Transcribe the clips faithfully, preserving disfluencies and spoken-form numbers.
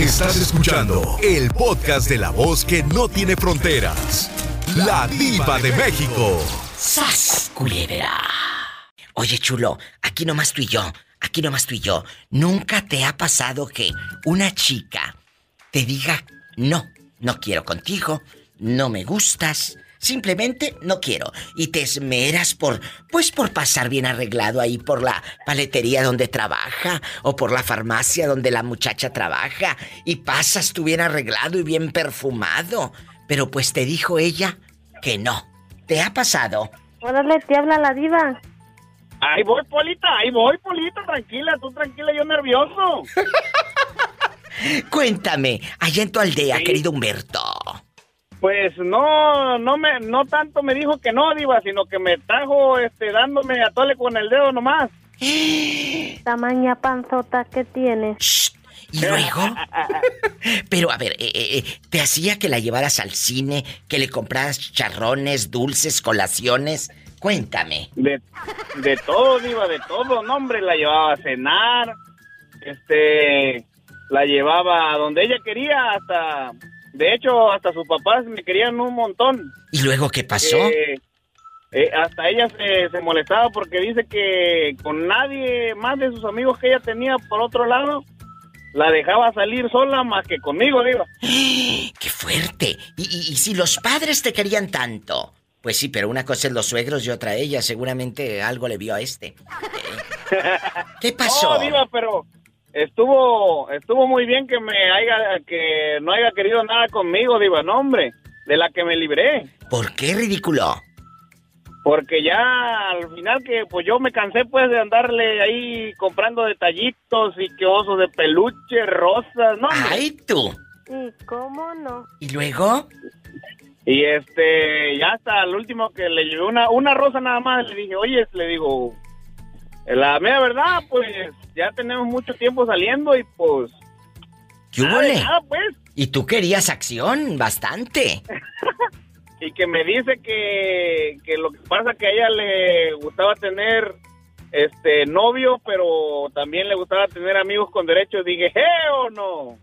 Estás escuchando el podcast de la voz que no tiene fronteras. La Diva de México. ¡Sas, culebra! Oye, chulo, aquí nomás tú y yo, aquí nomás tú y yo. ¿Nunca te ha pasado que una chica te diga, no, no quiero contigo, no me gustas, simplemente no quiero? Y te esmeras por, pues por pasar bien arreglado ahí por la paletería donde trabaja o por la farmacia donde la muchacha trabaja y pasas tú bien arreglado y bien perfumado. Pero pues te dijo ella que no. ¿Te ha pasado? Órale, te habla la diva. Ahí voy, Polita, ahí voy, Polita, tranquila, tú tranquila, yo nervioso. Cuéntame, allá en tu aldea, Sí. querido Humberto. Pues no, no me, no tanto me dijo que no, diva, sino que me trajo, este, dándome a tole con el dedo nomás. Tamaña panzota que tienes. Shh. ¿Y luego? Pero a ver, eh, eh, ¿te hacía que la llevaras al cine, que le compraras chicharrones, dulces, colaciones? Cuéntame. De, de todo, diva, de todo, no, hombre, la llevaba a cenar, este, la llevaba a donde ella quería, hasta, de hecho, hasta sus papás me querían un montón. ¿Y luego qué pasó? Eh, eh, hasta ella se, se molestaba porque dice que con nadie más de sus amigos que ella tenía por otro lado, la dejaba salir sola más que conmigo, diva. ¡Qué fuerte! Y, y, y si los padres te querían tanto. Pues sí, pero una cosa es los suegros y otra ella. Seguramente algo le vio a este. ¿Eh? ¿Qué pasó? No, diva, pero estuvo estuvo muy bien que me haya que no haya querido nada conmigo, diva, no, hombre, de la que me libré. ¿Por qué, ridículo? Porque ya al final que pues yo me cansé pues de andarle ahí comprando detallitos y que osos de peluche, rosas, ¿no? ¡Ay, tú! ¿Y cómo no? ¿Y luego? Y este, ya hasta el último que le llevé una, una rosa nada más, le dije, oye, le digo, la mera verdad, pues ya tenemos mucho tiempo saliendo y pues... ¿Qué hubo, le? Ah, pues. Y tú querías acción, bastante. Y que me dice que, que lo que pasa que a ella le gustaba tener este novio, pero también le gustaba tener amigos con derechos. Dije, ¿eh o no?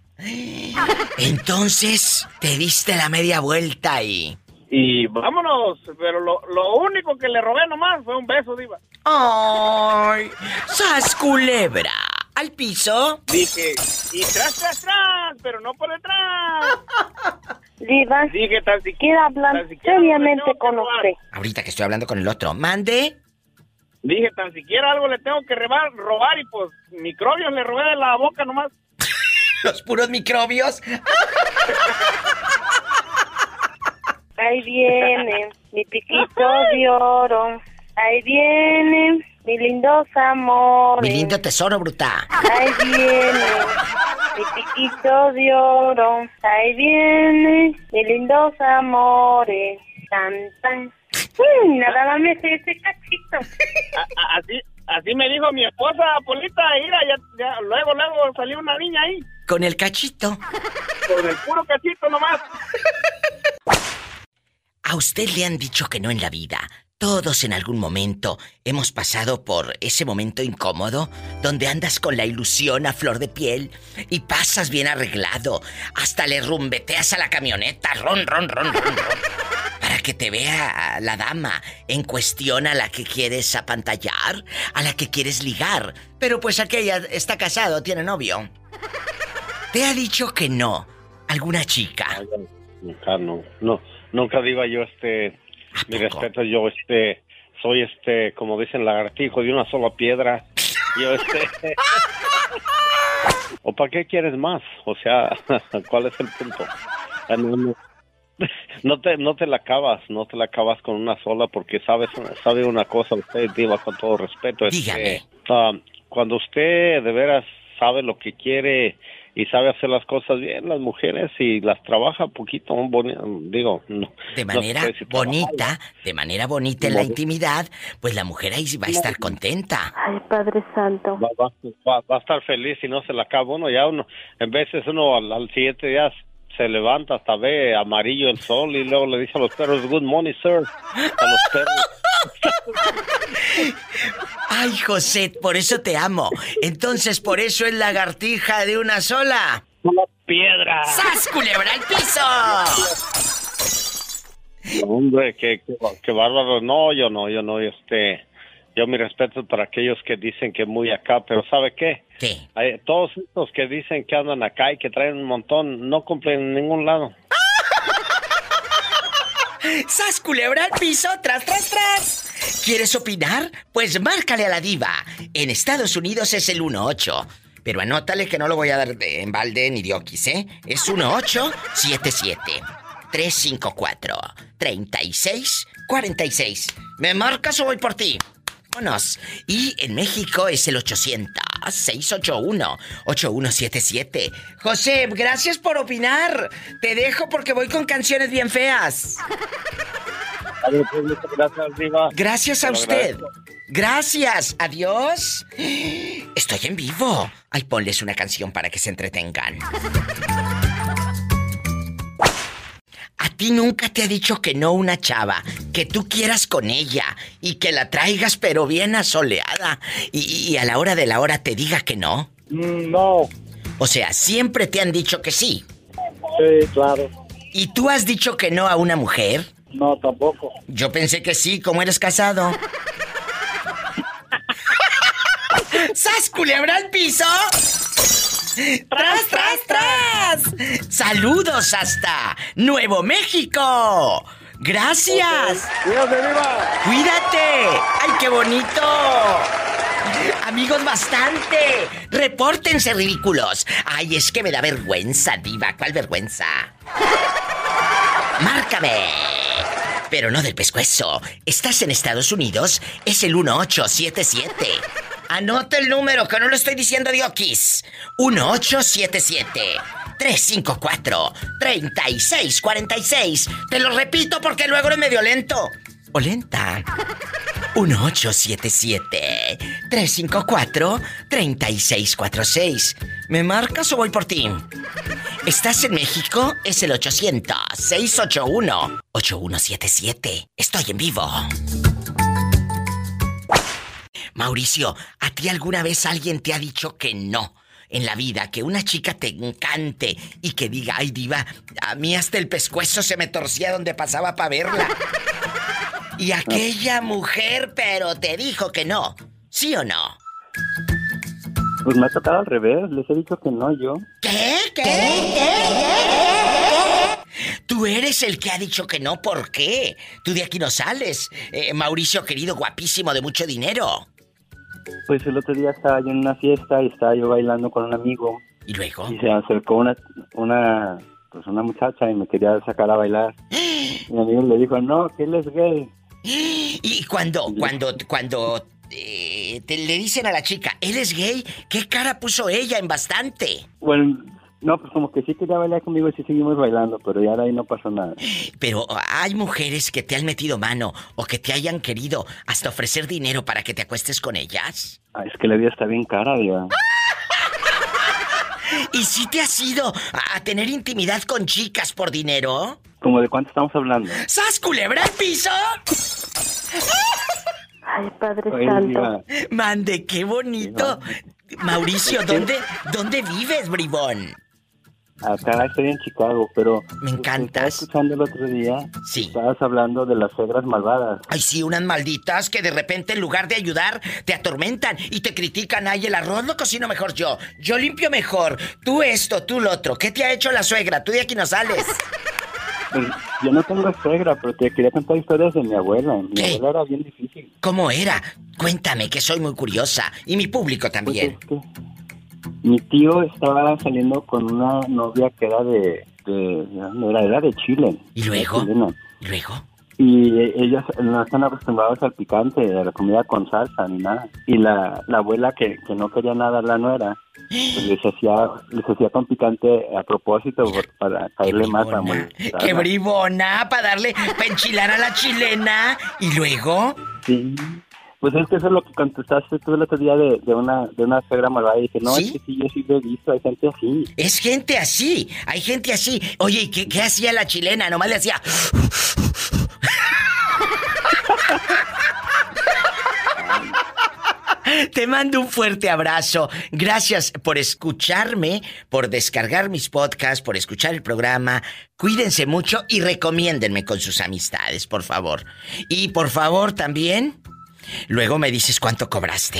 Entonces, te diste la media vuelta y... Y vámonos, pero lo, lo único que le robé nomás fue un beso, diva. ¡Ay! ¡Sas, culebra! ¿Al piso? Dije, y tras, tras, tras, pero no por detrás. Diva, Dije, tan siquiera... quiero hablar tan siquiera seriamente le tengo que con robar. usted. Ahorita que estoy hablando con el otro. ¿Mande? Dije, tan siquiera algo le tengo que robar, robar y pues microbios le robé de la boca nomás. ¿Los puros microbios? Ahí viene mi piquito de oro. Ahí viene mi lindos amores. Mi lindo tesoro, bruta. Ahí viene mi piquito de oro. Ahí viene mi lindos amores. Tan, tan. Mm, nada más me sé ese cachito. A- a- así, así me dijo mi esposa, Polita, mira, ya, ya, luego, luego salió una niña ahí, Con el cachito. con el puro cachito nomás. A usted le han dicho que no en la vida. Todos en algún momento hemos pasado por ese momento incómodo donde andas con la ilusión a flor de piel y pasas bien arreglado. Hasta le rumbeteas a la camioneta, ron, ron, ron, ron, ron, para que te vea la dama en cuestión a la que quieres apantallar, a la que quieres ligar. Pero pues aquella está casado, tiene novio. ¿Te ha dicho que no alguna chica? Nunca, no, no, nunca diga yo, este, ¿A mi poco? respeto, yo, este, soy, este, como dicen, lagartijo de una sola piedra. Yo, este... ¿O para qué quieres más? O sea, ¿cuál es el punto? Ah, No, no, no te, no te la acabas, no te la acabas con una sola porque sabes, sabe una cosa, usted, diva, con todo respeto, es Dígame. que, ah, cuando usted de veras sabe lo que quiere y sabe hacer las cosas bien, las mujeres, y las trabaja poquito, boni- digo, no. De no manera sé si trabaja- bonita, de manera bonita en la intimidad, pues la mujer ahí va a estar contenta. Ay, Padre Santo. Va, va, va, va a estar feliz y no se la acaba uno, ya uno, en veces uno al, al siguiente día se levanta hasta ve amarillo el sol y luego le dice a los perros, good morning, sir, a los perros. Ay, José, por eso te amo. Entonces, por eso es lagartija de una sola. Una piedra. ¡Sas, culebra al piso! Hombre, qué, qué, qué bárbaro. No, yo no, yo no, este... Yo mi respeto para aquellos que dicen que muy acá, pero ¿sabe qué? ¿Qué? Hay, todos estos que dicen que andan acá y que traen un montón, no cumplen en ningún lado. ¡Sas, culebra al piso! ¡Tras, tras, tras! ¿Quieres opinar? Pues márcale a la diva. En Estados Unidos es el uno ocho. Pero anótale que no lo voy a dar de en balde ni de oquis, ¿eh? Es uno ocho siete siete, tres cinco cuatro, tres seis cuatro seis. ¿Me marcas o voy por ti? Vámonos. Y en México es el ochocientos, seiscientos ochenta y uno, ochenta y uno setenta y siete. José, gracias por opinar. Te dejo porque voy con canciones bien feas. Gracias, Diva. Gracias a usted. Gracias. Adiós. Estoy en vivo. Ay, ponles una canción para que se entretengan. ¿A ti nunca te ha dicho que no una chava, que tú quieras con ella y que la traigas pero bien asoleada y, y a la hora de la hora te diga que no? No. O sea, siempre te han dicho que sí. Sí, claro. ¿Y tú has dicho que no a una mujer? No, tampoco. Yo pensé que sí, como eres casado. ¡Sas, culebra al piso! ¡Tras, tras, tras! ¡Saludos hasta Nuevo México! ¡Gracias! ¡Cuídate, Diva! ¡Cuídate! ¡Ay, qué bonito! Amigos, bastante. Repórtense, ridículos. Ay, es que me da vergüenza, diva. ¿Cuál vergüenza? ¡Márcame! Pero no del pescuezo. ¿Estás en Estados Unidos? Es el uno ocho siete siete. Anota el número, que no lo estoy diciendo de oquis. uno ocho siete siete, tres cinco cuatro, tres seis cuatro seis. Te lo repito porque luego eres medio lento. O lenta. uno ocho siete siete, tres cinco cuatro, tres seis cuatro seis. ¿Me marcas o voy por ti? ¿Estás en México? Es el ochocientos, seiscientos ochenta y uno, ochenta y uno setenta y siete. Estoy en vivo. Mauricio, ¿a ti alguna vez alguien te ha dicho que no en la vida? Que una chica te encante y que diga, ay, diva, a mí hasta el pescuezo se me torcía donde pasaba para verla. Y aquella mujer, pero te dijo que no, ¿sí o no? Pues me ha tocado al revés, les he dicho que no yo. ¿Qué? ¿Qué? ¿Qué? ¿Qué? Tú eres el que ha dicho que no, ¿por qué? Tú de aquí no sales, eh, Mauricio querido, guapísimo, de mucho dinero. Pues el otro día estaba yo en una fiesta y estaba yo bailando con un amigo. ¿Y luego? Y se acercó una, una, pues una muchacha y me quería sacar a bailar. Y mi amigo le dijo, no, que él es gay. Y cuando, cuando, cuando eh, te, le dicen a la chica, él es gay, ¿qué cara puso ella en bastante? Bueno, no, pues como que sí quería bailar conmigo y sí seguimos bailando, pero ya de ahí no pasó nada. Pero hay mujeres que te han metido mano o que te hayan querido hasta ofrecer dinero para que te acuestes con ellas. Ah, es que la vida está bien cara, diva. ¿Y si te has ido a, a tener intimidad con chicas por dinero? ¿Cómo de cuánto estamos hablando? ¿Sas, culebra al piso? Ay, Padre Oye, Santo. diva. Mande, qué bonito. Mauricio, ¿dónde, ¿dónde vives, bribón? Acá estoy en Chicago, pero... Me encantas. Estaba escuchando el otro día. Sí. Estabas hablando de las suegras malvadas. Ay, sí, unas malditas que de repente en lugar de ayudar te atormentan y te critican. Ay, el arroz lo cocino mejor yo. Yo limpio mejor. Tú esto, tú lo otro. ¿Qué te ha hecho la suegra? Tú de aquí no sales. Pues, yo no tengo suegra, pero te quería contar historias de mi abuela. Mi ¿Qué? abuela era bien difícil. ¿Cómo era? Cuéntame, que soy muy curiosa. Y mi público Pues también. es que mi tío estaba saliendo con una novia que era de... de no era, era de Chile. ¿Y luego? Era chilena. ¿Y luego? Y ellas no están acostumbradas al picante, a la comida con salsa ni nada. Y la, la abuela que, que no quería nada la nuera, pues les hacía, les hacía con picante a propósito por- para caerle más a bribona, molestarla. ¡Qué bribona! Para darle, para enchilar a la chilena. ¿Y luego? Sí. Pues es que eso es lo que contestaste tú el otro día de, de una de una suegra malvada. Y dije, no, ¿Sí? es que sí, yo sí lo he visto, hay gente así. Es gente así. Hay gente así. Oye, ¿y qué, qué hacía la chilena? Nomás le hacía... Te mando un fuerte abrazo. Gracias por escucharme, por descargar mis podcasts, por escuchar el programa. Cuídense mucho y recomiéndenme con sus amistades, por favor. Y por favor también, luego me dices cuánto cobraste.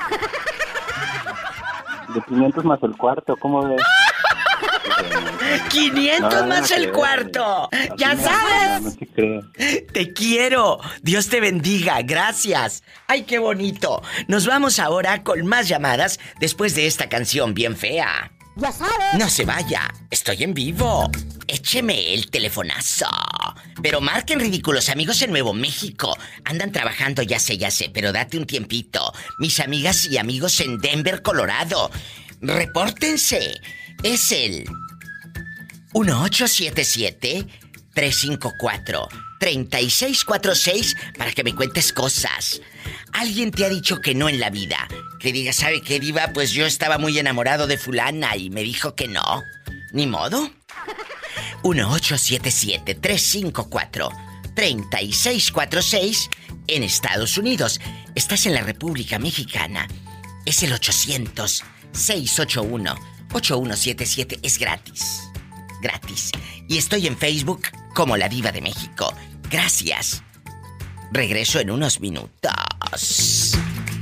De quinientos más el cuarto, ¿cómo ves? quinientos no, más no el creo, cuarto. No, ya no, sabes. No, no te creo. Te quiero. Dios te bendiga. Gracias. Ay, qué bonito. Nos vamos ahora con más llamadas después de esta canción bien fea. Ya sabes. No se vaya. Estoy en vivo. Écheme el telefonazo. Pero marquen, ridículos amigos en Nuevo México. Andan trabajando, ya sé, ya sé, pero date un tiempito. Mis amigas y amigos en Denver, Colorado. Repórtense. Es el uno ocho siete siete, tres cinco cuatro, tres seis cuatro seis para que me cuentes cosas. ¿Alguien te ha dicho que no en la vida? Que diga, ¿sabe qué, diva? Pues yo estaba muy enamorado de fulana y me dijo que no. ¿Ni modo? uno ocho siete siete, tres cinco cuatro, tres seis cuatro seis en Estados Unidos. Estás en la República Mexicana. Es el ochocientos, seiscientos ochenta y uno, ochenta y uno setenta y siete. Es gratis. Gratis. Y estoy en Facebook como La Diva de México. Gracias. Regreso en unos minutos.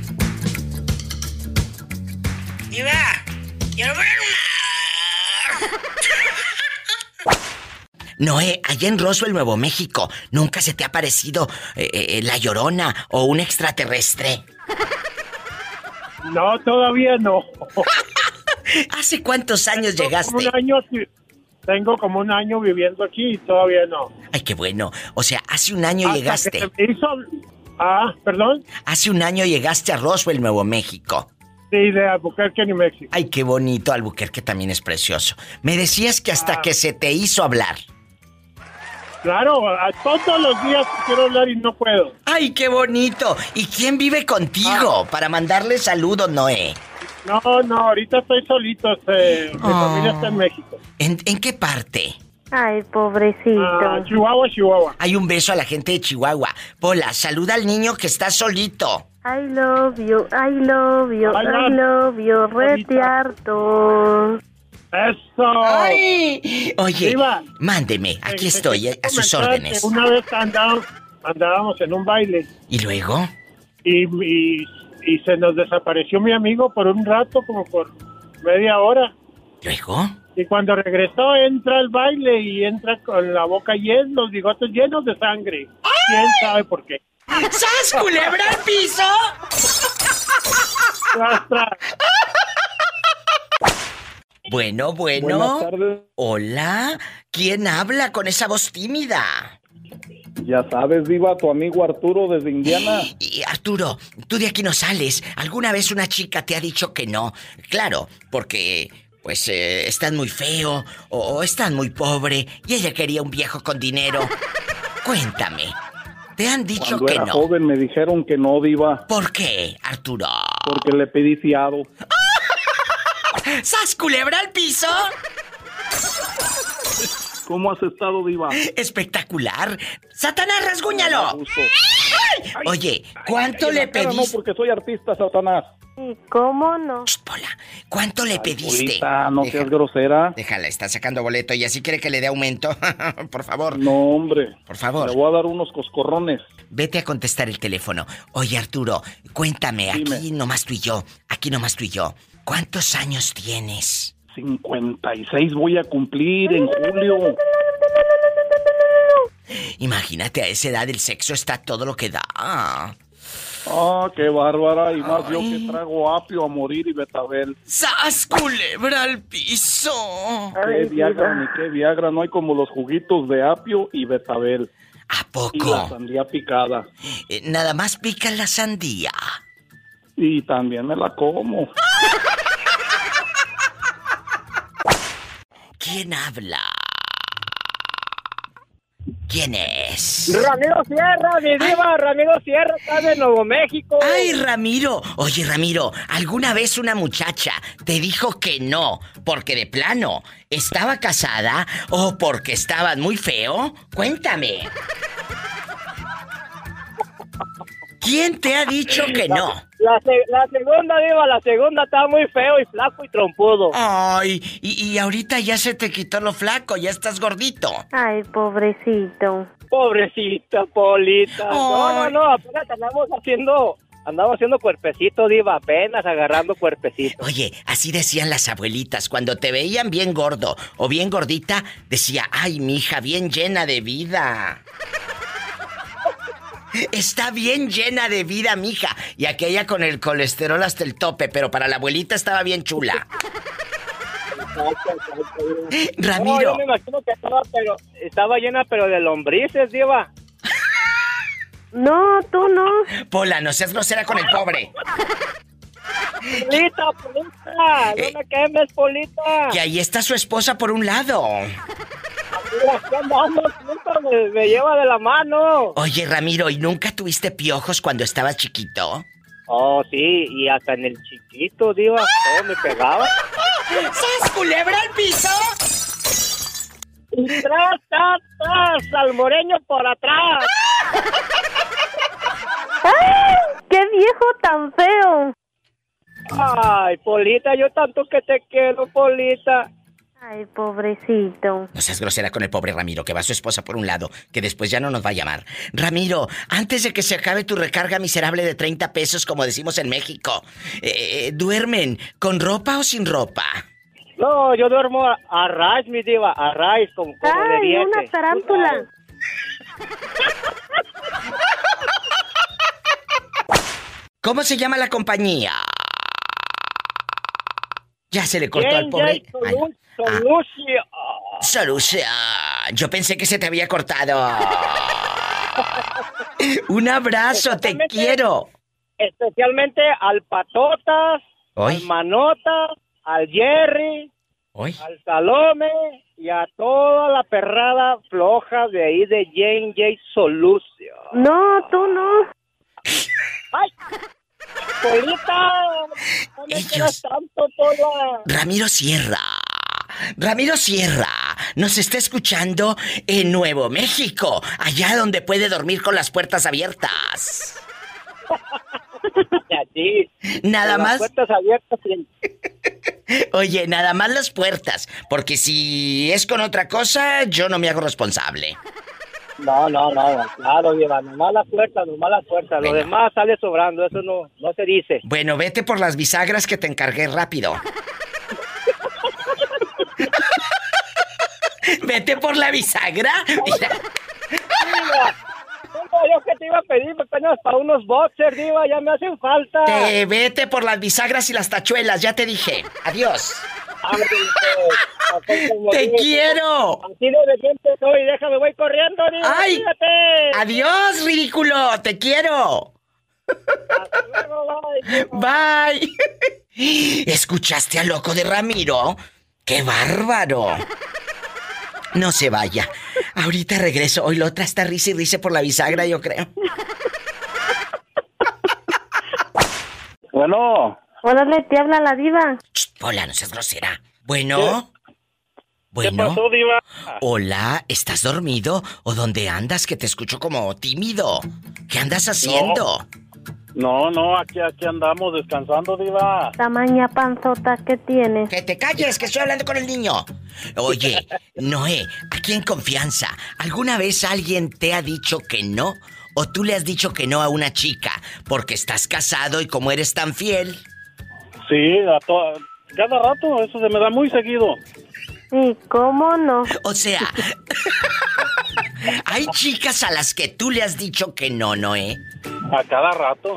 Diva, quiero ver una. Noé, allá en Roswell, Nuevo México, ¿nunca se te ha parecido eh, eh, la Llorona o un extraterrestre? No, todavía no. ¿Hace cuántos años tengo llegaste? Como un año, tengo como un año viviendo aquí y todavía no. Ay, qué bueno. O sea, hace un año Hasta llegaste. Que se me hizo... Ah, ¿perdón? Hace un año llegaste a Roswell, Nuevo México. Sí, de Albuquerque, New México. Ay, qué bonito. Albuquerque también es precioso. Me decías que hasta ah. que se te hizo hablar. Claro, a todos los días quiero hablar y no puedo. Ay, qué bonito. ¿Y quién vive contigo Ah. para mandarle saludos, Noé? No, no, ahorita estoy solito. Eh, mi Oh. familia está en México. ¿En, en qué parte? Ay, pobrecito. Ah, Chihuahua, Chihuahua. Hay un beso a la gente de Chihuahua. Pola, saluda al niño que está solito. I love you, I love you, Ay, I love you, rete harto. ¡Eso! ¡Ay! Oye, Diva, mándeme, aquí eh, estoy, te eh, a sus comentar órdenes. que Una vez andábamos, andábamos en un baile ¿Y luego? y, y, y se nos desapareció mi amigo por un rato, como por media hora. ¿Luego? Y cuando regresó, entra al baile y entra con la boca llena, los bigotes llenos de sangre. ¿Quién sabe por qué? ¡Sas, culebra al piso! Tras, tras. Bueno, bueno. Buenas tardes. Hola. ¿Quién habla con esa voz tímida? Ya sabes, Diva, tu amigo Arturo desde Indiana. Y Arturo, tú de aquí no sales. ¿Alguna vez una chica te ha dicho que no? Claro, porque pues eh, estás muy feo o, o estás muy pobre y ella quería un viejo con dinero. Cuéntame. ¿Te han dicho Cuando que era no? joven me dijeron que no, Diva. ¿Por qué, Arturo? Porque le pedí fiado. ¿Sas culebra al piso? ¿Cómo has estado, Diva? Espectacular. ¡Satanás, rasguñalo! Ay, Ay, oye, ¿cuánto ay, le en la cara pediste? No, porque soy artista, Satanás. ¿Y cómo no? Shh, Pola, ¿cuánto le Ay, pediste? Polita, no Deja- seas grosera. Déjala, está sacando boleto y así quiere que le dé aumento. Por favor. No, hombre. Por favor. Le voy a dar unos coscorrones. Vete a contestar el teléfono. Oye, Arturo, cuéntame, Dime. aquí nomás tú y yo, aquí nomás tú y yo. ¿Cuántos años tienes? cincuenta y seis voy a cumplir en julio. Imagínate, a esa edad el sexo está todo lo que da. Ah, qué bárbara. Y más yo Ay. que trago apio a morir y betabel. ¡Sas, culebra al piso! Qué Ay, Viagra, Diva. ni qué Viagra. No hay como los juguitos de apio y betabel. ¿A Y la poco? sandía picada. Eh, nada más pica la sandía. Y también me la como. ¿Quién habla? ¿Quién es? Ramiro Sierra, mi diva, Ramiro Sierra, está de Nuevo México. ¡Ay, Ramiro! Oye, Ramiro, ¿alguna vez una muchacha te dijo que no porque de plano estaba casada o porque estabas muy feo? Cuéntame. ¿Quién te ha dicho que no? La, se- la segunda, Diva, la segunda estaba muy feo y flaco y trompudo. Ay, y, y ahorita ya se te quitó lo flaco, ya estás gordito. Ay, pobrecito. Pobrecita, Polita. No, no, Ay. no, apenas andamos haciendo, andamos haciendo cuerpecito, Diva, apenas agarrando cuerpecito. Oye, así decían las abuelitas, cuando te veían bien gordo o bien gordita, decía, ay, mi hija, bien llena de vida. Está bien llena de vida, mija. Y aquella con el colesterol hasta el tope, pero para la abuelita estaba bien chula. Ramiro. No, yo me imagino que estaba, pero, estaba llena, pero de lombrices, Diva. No, tú no. Pola, no seas grosera con el pobre. Polita, Polita, no me quemes, Polita. Que ahí está su esposa por un lado. Mira, ¿qué andamos juntos? Me, me lleva de la mano. Oye, Ramiro, ¿y nunca tuviste piojos cuando estabas chiquito? Oh, sí, y hasta en el chiquito, Diva, todo me pegaba. ¡Sas, culebra al piso! Y tras, tras, tras, salmoreño por atrás. ¡Ay! ¡Qué viejo tan feo! Ay, Polita, yo tanto que te quiero, Polita. Ay, pobrecito. No seas grosera con el pobre Ramiro, que va su esposa por un lado, que después ya no nos va a llamar. Ramiro, antes de que se acabe tu recarga miserable de treinta pesos, como decimos en México, eh, ¿duermen con ropa o sin ropa? No, yo duermo a, a raíz, mi Diva, a raíz, como, como de Ay, diete. una tarántula. ¿Cómo se llama la compañía? Ya se le cortó al pobre. Ay, Solution. ah, Solución. Yo pensé que se te había cortado. Un abrazo, te quiero. Especialmente al Patotas, ¿Hoy? al Manotas, al Jerry, ¿Hoy? al Salome y a toda la perrada floja de ahí de J J Solution. No, tú no. ¡Ay! Polita, no me Ellos- quieras tanto, Pola. Ramiro Sierra. Ramiro Sierra nos está escuchando en Nuevo México, allá donde puede dormir con las puertas abiertas. Sí, Nada con las más. puertas abiertas y- Oye, nada más las puertas, porque si es con otra cosa, yo no me hago responsable. No, no, no, claro, lleva, nomás la puerta, nomás la puerta. Lo Bueno. demás sale sobrando, eso no, no se dice. Bueno, vete por las bisagras que te encargué rápido. Vete por la bisagra. Mira. No, yo que te iba a pedir apenas para unos boxers, Diva, ya me hacen falta. Te vete por las bisagras y las tachuelas, ya te dije. Adiós. Ándale, pues, así como ¡Te dices, quiero! Así de repente soy, déjame, voy corriendo, Diva, ¡Ay! cuídate. ¡Adiós, ridículo! ¡Te quiero! Hasta luego, bye, Diva. ¡Bye! ¿Escuchaste al loco de Ramiro? ¡Qué bárbaro! No se vaya. Ahorita regreso. Hoy la otra está risa y risa por la bisagra, yo creo. Bueno, Órale, te habla la diva. Ch, hola, no seas grosera. Bueno. ¿qué Bueno. pasó, Diva? Hola, ¿estás dormido? ¿O dónde andas? Que te escucho como tímido. ¿Qué andas haciendo? No, no, aquí, aquí andamos descansando, Diva. Tamaña panzota que tiene. Que te calles, que estoy hablando con el niño. Oye, Noé, aquí en confianza, ¿alguna vez alguien te ha dicho que no? ¿O tú le has dicho que no a una chica porque estás casado y como eres tan fiel? Sí, a to- cada rato, eso se me da muy seguido. Sí, ¿cómo no? O sea, hay chicas a las que tú le has dicho que no, Noé. A cada rato.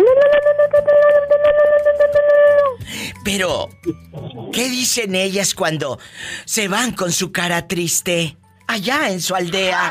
Pero, ¿qué dicen ellas cuando se van con su cara triste allá en su aldea?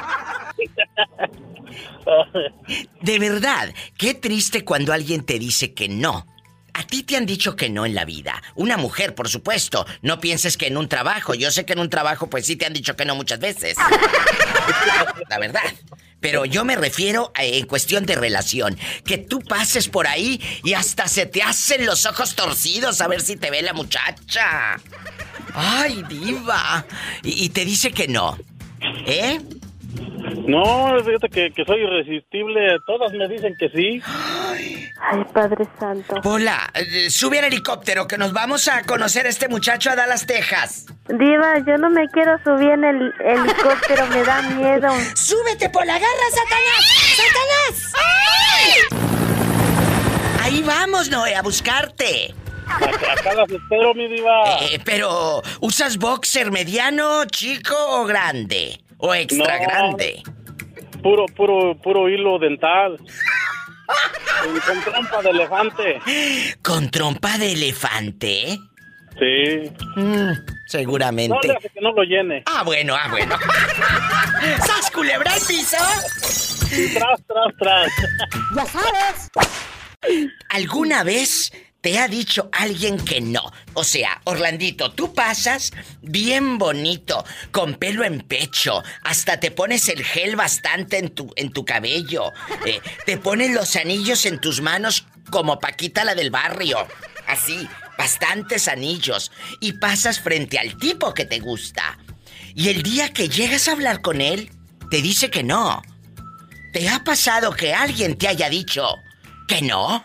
De verdad, qué triste cuando alguien te dice que no. A ti te han dicho que no en la vida. Una mujer, por supuesto. No pienses que en un trabajo. Yo sé que en un trabajo, pues sí te han dicho que no muchas veces. La verdad. Pero yo me refiero a, en cuestión de relación. Que tú pases por ahí y hasta se te hacen los ojos torcidos a ver si te ve la muchacha. ¡Ay, diva! Y, y te dice que no. ¿Eh? No, fíjate que, que soy irresistible. Todas me dicen que sí. Ay, Padre Santo. Pola, eh, sube al helicóptero que nos vamos a conocer a este muchacho a Dallas, Texas. Diva, yo no me quiero subir en el helicóptero, me da miedo. ¡Súbete, Pola! ¡Agarra, Satanás! ¡Satanás! Ahí vamos, Noé, a buscarte. Acá, acá las espero, mi diva. Eh, pero, ¿usas boxer mediano, chico o grande? ¿O extra No, grande? Puro, puro, puro hilo dental. Con trompa de elefante. ¿Con trompa de elefante? Sí. Mm, No seguramente. le hace que no lo llene. Ah, bueno, ah, bueno. ¿Sas culebra al piso? Y tras, tras, tras. ¡Ya sabes! ¿Alguna vez te ha dicho alguien que no? O sea, Orlandito, tú pasas bien bonito, con pelo en pecho, hasta te pones el gel bastante en tu, en tu cabello, eh, te pones los anillos en tus manos como Paquita la del barrio, así, bastantes anillos, y pasas frente al tipo que te gusta. Y el día que llegas a hablar con él, te dice que no. ¿Te ha pasado que alguien te haya dicho que no?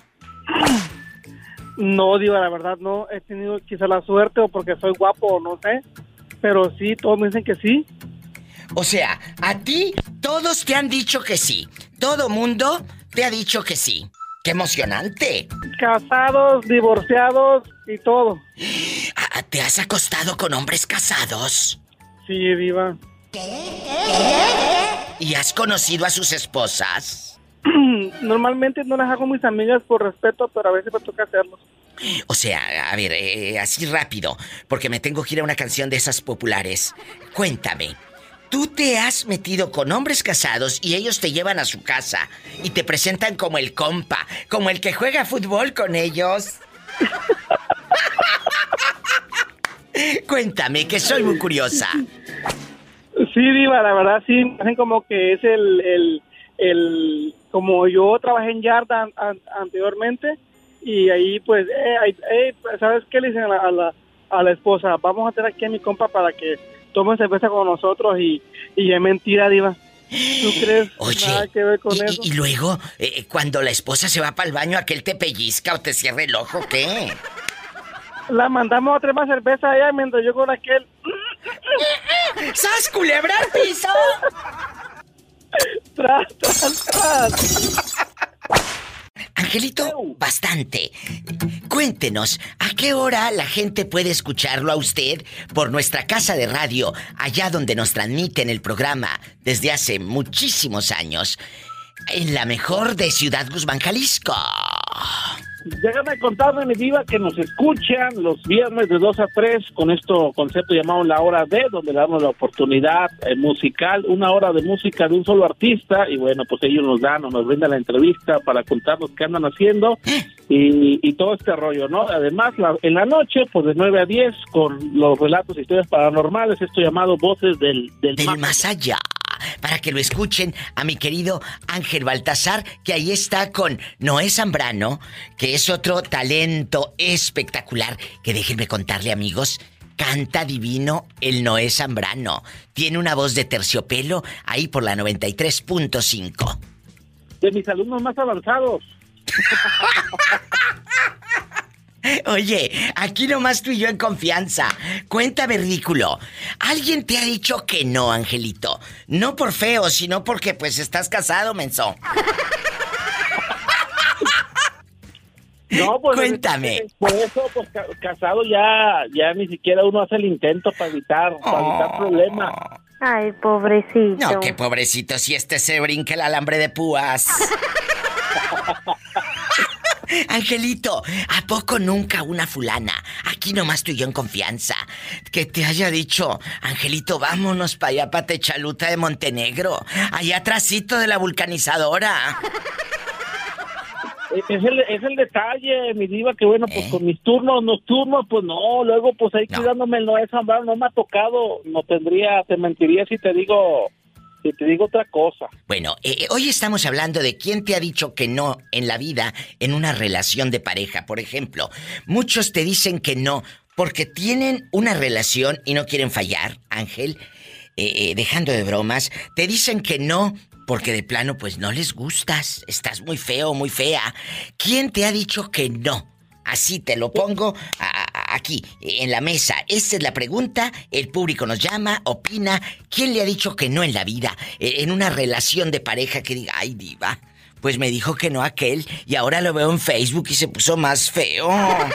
No, diva, la verdad no he tenido quizá la suerte o porque soy guapo o no sé, pero sí, todos me dicen que sí. O sea, a ti todos te han dicho que sí. Todo mundo te ha dicho que sí. ¡Qué emocionante! Casados, divorciados y todo. Ah, ¿te has acostado con hombres casados? Sí, diva. ¿Y has conocido a sus esposas? Normalmente no las hago mis amigas por respeto, pero a veces me toca hacerlo. O sea, a ver, eh, así rápido, porque me tengo que ir a una canción de esas populares. Cuéntame, ¿tú te has metido con hombres casados y ellos te llevan a su casa y te presentan como el compa, como el que juega fútbol con ellos? Cuéntame, que soy muy curiosa. Sí, diva, la verdad sí, me hacen como que es el... el, el como yo trabajé en Yarda an, an, anteriormente, y ahí pues, eh, eh, ¿sabes qué le dicen a la, a, la, a la esposa? Vamos a tener aquí a mi compa para que tome cerveza con nosotros, y, y es mentira, diva. ¿Tú crees? Oye, nada que ver con y, eso. y, y luego, eh, cuando la esposa se va para el baño, ¿aquel te pellizca o te cierra el ojo, qué? La mandamos a traer más cerveza allá mientras yo con aquel... ¡Sas, culebra al piso! ¡Tras, tras, tras! Angelito, bastante. Cuéntenos, ¿a qué hora la gente puede escucharlo a usted por nuestra casa de radio, allá donde nos transmiten el programa desde hace muchísimos años, en la mejor de Ciudad Guzmán, Jalisco? Déjame contarme, mi diva, que nos escuchan los viernes de dos a tres con esto concepto llamado La Hora D, donde le damos la oportunidad eh, musical, una hora de música de un solo artista, y bueno, pues ellos nos dan o nos brindan la entrevista para contarnos qué andan haciendo y, y todo este rollo, ¿no? Además, la, en la noche, pues de nueve a diez, con los relatos e historias paranormales, esto llamado Voces del, del, del más allá. Para que lo escuchen a mi querido Ángel Baltasar, que ahí está con Noé Zambrano, que es otro talento espectacular, que déjenme contarle, amigos, canta divino el Noé Zambrano. Tiene una voz de terciopelo ahí por la noventa y tres punto cinco. De mis alumnos más avanzados. Oye, aquí nomás tú y yo en confianza. Cuéntame, ridículo. ¿Alguien te ha dicho que no, Angelito? No por feo, sino porque pues estás casado, menso. No, pues... Cuéntame. Por eso, pues casado ya, ya ni siquiera uno hace el intento para evitar, para evitar problemas. Ay, pobrecito. No, qué pobrecito, si este se brinca el alambre de púas. Angelito, ¿a poco nunca una fulana, aquí nomás tú y yo en confianza, que te haya dicho, Angelito, vámonos para allá, para Techaluta de Montenegro, allá atrásito de la vulcanizadora? Es el, es el detalle, mi diva, que bueno, pues ¿Eh? con mis turnos nocturnos, pues no, luego pues ahí no. cuidándome el Noé Zambrano, no me ha tocado, no tendría, te mentiría si te digo... Si te digo otra cosa. Bueno, eh, hoy estamos hablando de quién te ha dicho que no en la vida en una relación de pareja. Por ejemplo, muchos te dicen que no porque tienen una relación y no quieren fallar, Ángel. eh, eh, dejando de bromas, te dicen que no porque de plano pues no les gustas, estás muy feo, muy fea. ¿Quién te ha dicho que no? Así te lo pongo a, a, aquí, en la mesa. Esa es la pregunta, el público nos llama, opina. ¿Quién le ha dicho que no en la vida? Eh, en una relación de pareja que diga, ay diva, pues me dijo que no aquel y ahora lo veo en Facebook y se puso más feo.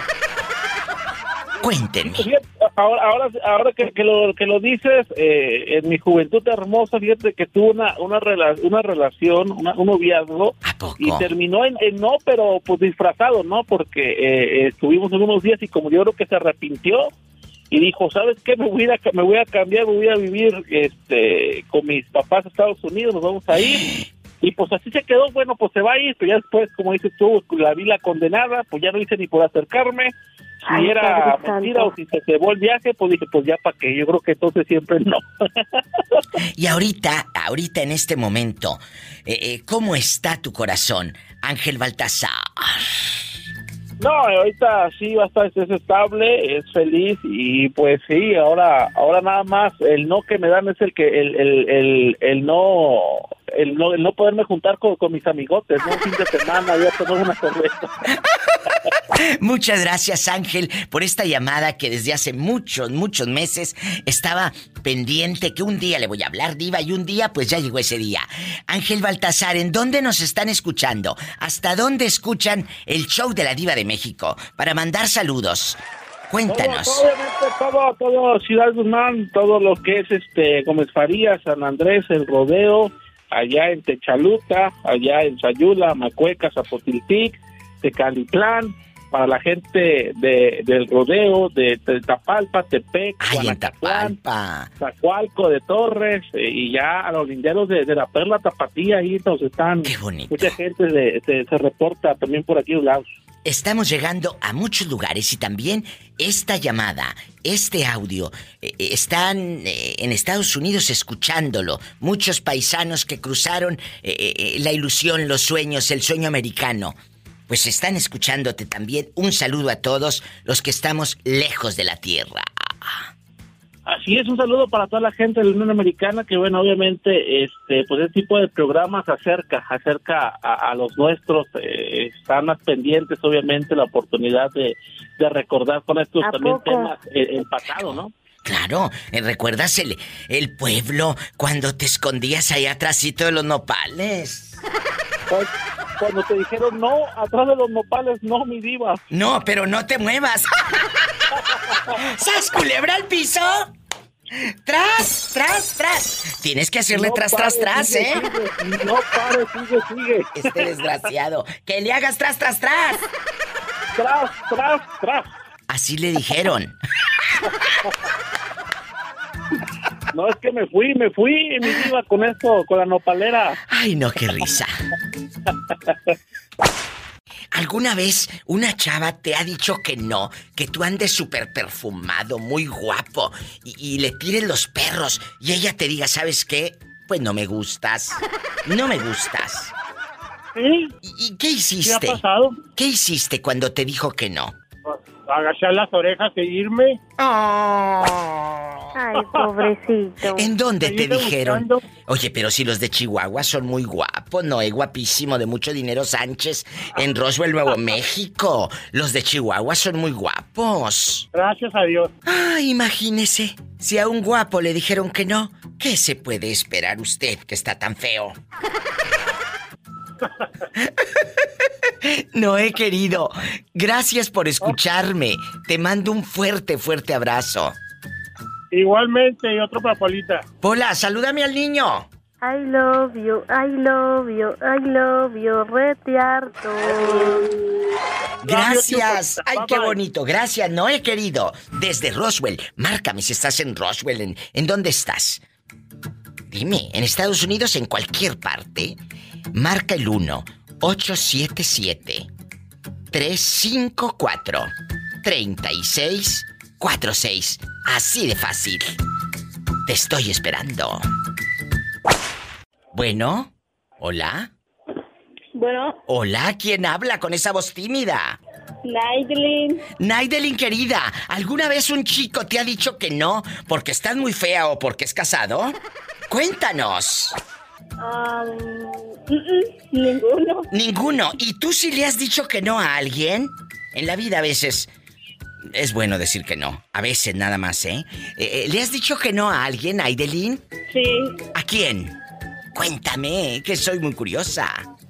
Cuéntenme. Ahora, ahora, ahora que, que, lo, que lo dices, eh, en mi juventud hermosa, fíjate que tuve una una, rela, una relación, una, un noviazgo, y terminó en, en no, pero pues disfrazado, ¿no? Porque eh, estuvimos en unos días y como yo creo que se arrepintió y dijo, ¿sabes qué? Me voy a, me voy a cambiar, me voy a vivir este con mis papás a Estados Unidos, nos vamos a ir. Y pues así se quedó, bueno, pues se va a ir, pero ya después, como dices tú, la vi la condenada, pues ya no hice ni por acercarme. Si Ay, era mentira santo. O si se cebó el viaje, pues dije, pues ya para qué, yo creo que entonces siempre no. Y ahorita, ahorita en este momento, eh, eh, ¿cómo está tu corazón, Ángel Baltasar? No, ahorita sí va a estar, es estable, es feliz y pues sí, ahora ahora nada más el no que me dan es el que el el el, el no el no el no poderme juntar con, con mis amigotes, ¿no? Un fin de semana ya tomar una cerveza. Muchas gracias, Ángel, por esta llamada que desde hace muchos, muchos meses estaba pendiente, que un día le voy a hablar, diva, y un día pues ya llegó ese día. Ángel Baltasar, ¿en dónde nos están escuchando? ¿Hasta dónde escuchan el show de la Diva de México? Para mandar saludos. Cuéntanos. Todo, obviamente todo, todo Ciudad Guzmán, todo lo que es este Gómez Farías, San Andrés, El Rodeo, allá en Techaluca, allá en Sayula, Macueca, Zapotiltic, Tecalitlán, para la gente de del Rodeo, de, de Tapalpa, Tepec, Guanacatlán, Zacualco de Torres, eh, y ya a los linderos de, de la Perla Tapatía, ahí nos están. Qué bonito. Mucha gente de, de, se reporta también por aquí a los lados. Estamos llegando a muchos lugares y también esta llamada, este audio, eh, están eh, en Estados Unidos escuchándolo. Muchos paisanos que cruzaron eh, eh, la ilusión, los sueños, el sueño americano. Pues están escuchándote también. Un saludo a todos los que estamos lejos de la tierra. Así es, un saludo para toda la gente de la Unión Americana que, bueno, obviamente, este, pues este tipo de programas acerca, acerca a, a los nuestros, eh, están más pendientes, obviamente, la oportunidad de, de recordar con estos también poco? temas el, el pasado, ¿no? Claro, ¿recuerdas el, el pueblo cuando te escondías ahí atrásito de los nopales? Pues, cuando te dijeron no, atrás de los nopales, no, mi diva. No, pero no te muevas. ¿Sas culebra al piso? ¡Tras, tras, tras! Tienes que hacerle no tras, pare, tras, tras, sigue, ¿eh? Sigue, no pare, sigue, sigue. Este desgraciado. ¡Que le hagas tras, tras, tras! Tras, tras, tras. Así le dijeron. No, es que me fui, me fui, mi diva, con esto, con la nopalera. Ay, no, qué risa. ¿Alguna vez una chava te ha dicho que no? Que tú andes súper perfumado, muy guapo, y, y le tires los perros, y ella te diga, ¿sabes qué? Pues no me gustas. No me gustas. ¿Sí? ¿Y, y qué hiciste? ¿Qué ha pasado? ¿Qué hiciste cuando te dijo que no? Agachar las orejas e irme. Oh. Ay, pobrecito. ¿En dónde te dijeron? Buscando. Oye, pero si los de Chihuahua son muy guapos, ¿no? Es guapísimo, de mucho dinero Sánchez, en Roswell, Nuevo México. Los de Chihuahua son muy guapos. Gracias a Dios. Ay, imagínese, si a un guapo le dijeron que no, ¿qué se puede esperar usted que está tan feo? No he querido. Gracias por escucharme. Te mando un fuerte, fuerte abrazo. Igualmente, y otro para Polita. Pola, salúdame al niño. I love you, I love you, I love you, retiarto. Gracias. Ay, qué bonito. Gracias, no he querido. Desde Roswell. Márcame si estás en Roswell. ¿En, ¿en dónde estás? Dime, en Estados Unidos, en cualquier parte. Marca el uno ocho siete siete tres cinco cuatro tres seis cuatro seis. Así de fácil. Te estoy esperando. Bueno, hola. Bueno. Hola, ¿quién habla con esa voz tímida? Naidelin. Naidelin, querida, ¿alguna vez un chico te ha dicho que no porque estás muy fea o porque es casado? Cuéntanos. Um, mm, mm, ninguno. Ninguno. ¿Y tú sí le has dicho que no a alguien? En la vida a veces es bueno decir que no. A veces nada más, ¿eh? eh ¿Le has dicho que no a alguien, Naidelin? Sí. ¿A quién? Cuéntame, que soy muy curiosa.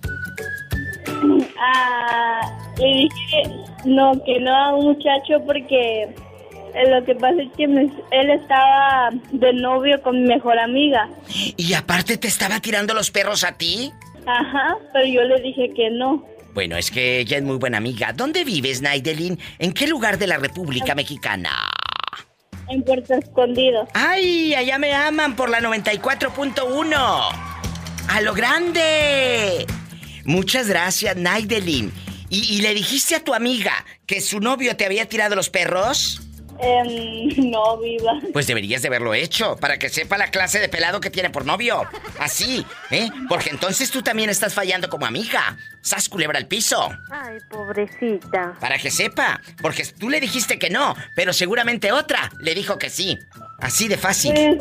Ah, le dije no, que no a un muchacho porque lo que pasa es que me, él estaba de novio con mi mejor amiga. ¿Y aparte te estaba tirando los perros a ti? Ajá, pero yo le dije que no. Bueno, es que ella es muy buena amiga. ¿Dónde vives, Naidelin? ¿En qué lugar de la República Mexicana? En Puerto Escondido. ¡Ay! Allá me aman por la noventa y cuatro punto uno. ¡A lo grande! Muchas gracias, Naidelin. ¿Y, ¿Y le dijiste a tu amiga que su novio te había tirado los perros? Eh, no, viva. Pues deberías de haberlo hecho, para que sepa la clase de pelado que tiene por novio. Así, ¿eh? Porque entonces tú también estás fallando como amiga. ¡Sas, culebra al piso! Ay, pobrecita. Para que sepa, porque tú le dijiste que no, pero seguramente otra le dijo que sí. Así de fácil. Eh,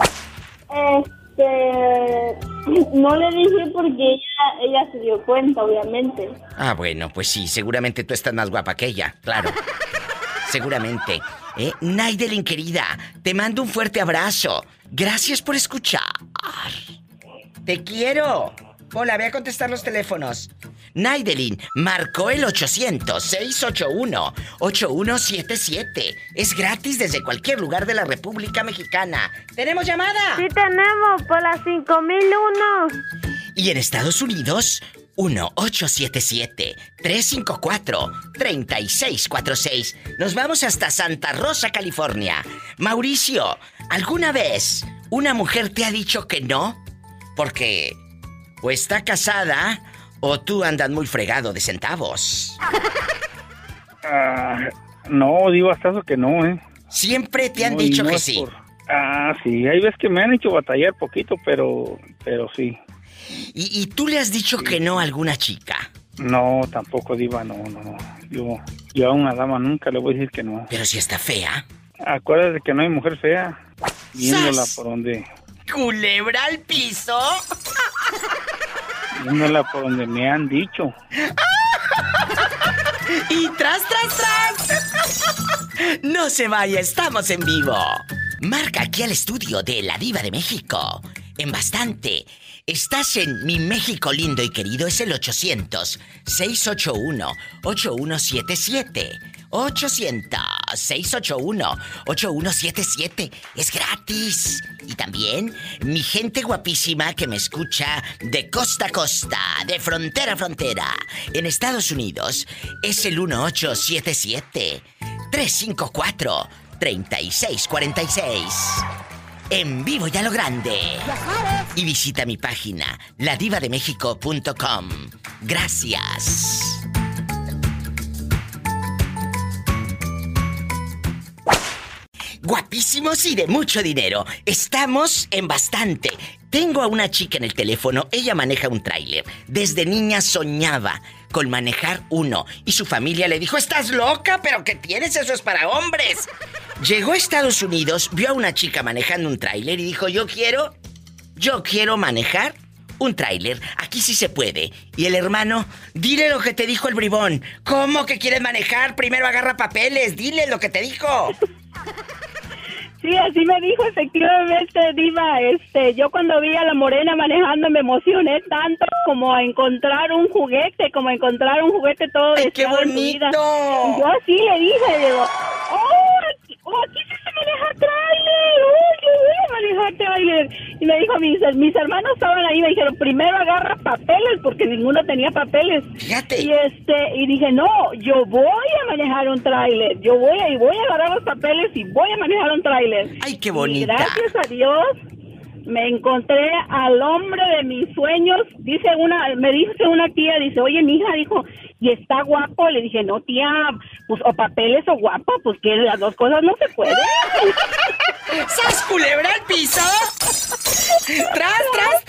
este... No le dije porque ella, ella se dio cuenta, obviamente. Ah, bueno, pues sí, seguramente tú estás más guapa que ella, claro. Seguramente. ¿Eh? Naidelin, querida, te mando un fuerte abrazo. Gracias por escuchar. Te quiero. Hola, voy a contestar los teléfonos. Naidelin marcó el ochocientos, seiscientos ochenta y uno, ochenta y uno setenta y siete. Es gratis desde cualquier lugar de la República Mexicana. ¿Tenemos llamada? Sí tenemos, por las cinco mil uno. Y en Estados Unidos, uno ocho siete siete, tres cinco cuatro, tres seis cuatro seis. Nos vamos hasta Santa Rosa, California. Mauricio, ¿alguna vez una mujer te ha dicho que no? Porque o está casada o tú andas muy fregado de centavos. Ah, no, digo hasta eso que no, ¿eh? Siempre te han no, dicho no que es sí. por... Ah, sí, hay veces que me han hecho batallar poquito, pero, pero sí. ¿Y, y tú le has dicho sí. que no a alguna chica? No, tampoco, diva, no, no, no. Yo, yo a una dama nunca le voy a decir que no. Pero si está fea. Acuérdate que no hay mujer fea. Viéndola por donde... ¿Culebra al piso? Viéndola por donde me han dicho. Y tras, tras, tras. No se vaya, estamos en vivo. Marca aquí al estudio de La Diva de México. En bastante. Estás en Mi México lindo y querido. Es el ochocientos, seiscientos ochenta y uno, ochenta y uno setenta y siete. ochocientos, seiscientos ochenta y uno, ochenta y uno setenta y siete. Es gratis. Y también mi gente guapísima que me escucha de costa a costa, de frontera a frontera, en Estados Unidos, es el uno ocho siete siete, tres cinco cuatro, tres seis cuatro seis. En vivo y a lo grande. Y visita mi página, la diva de méxico punto com. Gracias. Guapísimos y de mucho dinero. Estamos en bastante. Tengo a una chica en el teléfono. Ella maneja un tráiler. Desde niña soñaba con manejar uno. Y su familia le dijo, ¿estás loca? ¿Pero qué tienes? Eso es para hombres. Llegó a Estados Unidos, vio a una chica manejando un tráiler y dijo, yo quiero, yo quiero manejar un tráiler. Aquí sí se puede. Y el hermano, dile lo que te dijo el bribón. ¿Cómo que quieres manejar? Primero agarra papeles, dile lo que te dijo. Sí, así me dijo, efectivamente, diva. Este, yo cuando vi a la morena manejando me emocioné tanto como a encontrar un juguete, como a encontrar un juguete todo ¡ay, deseado qué en mi vida. bonito! Y yo así le dije, le digo, oh, aquí, oh, aquí se hace manejar tráiler, oh, yo voy a manejar tráiler. Y me dijo, mis, mis hermanos estaban ahí, me dijeron, primero agarra papeles, porque ninguno tenía papeles. Fíjate. Y este, y dije, no, yo voy a manejar un tráiler, yo voy a, y voy a agarrar los papeles y voy a manejar un tráiler. ¡Ay, qué bonita! Y gracias a Dios me encontré al hombre de mis sueños. Dice una, me dice una tía, dice, oye, mi hija, dijo, ¿y está guapo? Le dije, no, tía, pues o papeles o guapo, pues que las dos cosas no se pueden. ¿Sas culebra al piso? ¡Tras, tras,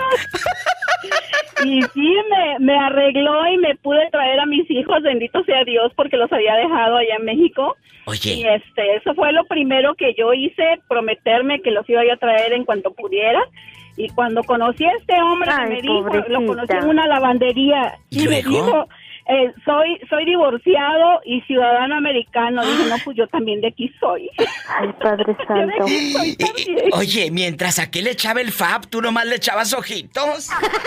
tras! Y sí, me, me arregló y me pude traer a mis hijos, bendito sea Dios. Dios porque los había dejado allá en México. Oye. Y este, eso fue lo primero que yo hice, prometerme que los iba yo a traer en cuanto pudiera. Y cuando conocí a este hombre, Ay, que me dijo, pobrecita. lo conocí en una lavandería. ¿Y Y me luego? dijo, eh, soy soy divorciado y ciudadano americano. Dije, no, pues yo también de aquí soy. Ay, Padre Yo de Santo. aquí soy también. Oye, mientras aquel le echaba el fab, tú nomás le echabas ojitos.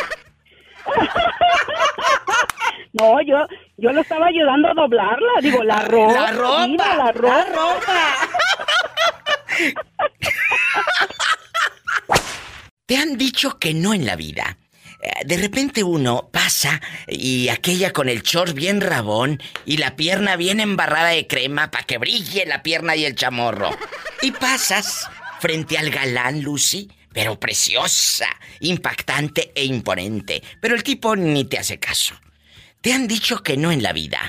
No, yo yo lo estaba ayudando a doblarla, digo, la ropa. La ropa, mira, la ropa. la ropa. Te han dicho que no en la vida. Eh, De repente uno pasa y aquella con el short bien rabón y la pierna bien embarrada de crema para que brille la pierna y el chamorro. Y pasas frente al galán, Lucy, pero preciosa, impactante e imponente. Pero el tipo ni te hace caso. Te han dicho que no en la vida.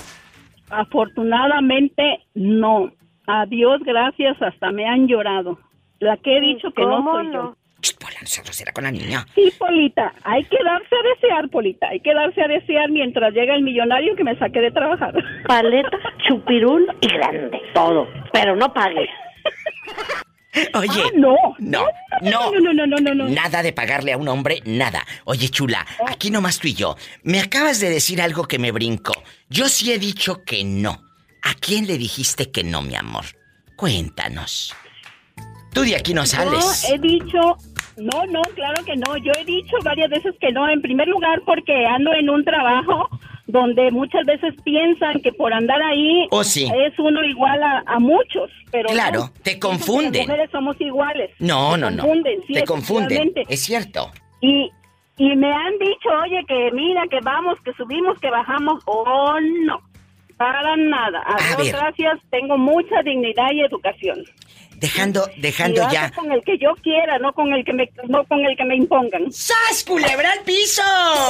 Afortunadamente, no. A Dios gracias, hasta me han llorado. La que he dicho que no ¿Cómo soy no? yo. Ch, Pola, nosotros era con la niña. Sí, Polita, hay que darse a desear, Polita. Hay que darse a desear mientras llega el millonario que me saque de trabajar. Paleta, chupirul y grande. Todo. Pero no pague. Oye, Ah, no. no, No, no, no, no, no, no, no. nada de pagarle a un hombre, nada. Oye, chula, aquí nomás tú y yo. Me acabas de decir algo que me brincó. Yo sí he dicho que no. ¿A quién le dijiste que no, mi amor? Cuéntanos. Tú de aquí no sales. No, he dicho, no, no, claro que no. Yo he dicho varias veces que no. En primer lugar, porque ando en un trabajo donde muchas veces piensan que por andar ahí Oh, sí. es uno igual a, a muchos. Pero Claro, no, te piensan que confunden. las mujeres somos iguales. No, Te no, no. confunden, sí, Te confunden. efectivamente. Es cierto. Y, y me han dicho, oye, que mira, que vamos, que subimos, que bajamos. Oh, no. Para nada. A, A Dios ver. gracias, tengo mucha dignidad y educación. Dejando, dejando Y lo ya. hago con el que yo quiera, no con el que me, no con el que me impongan. ¡Sas, culebra al piso!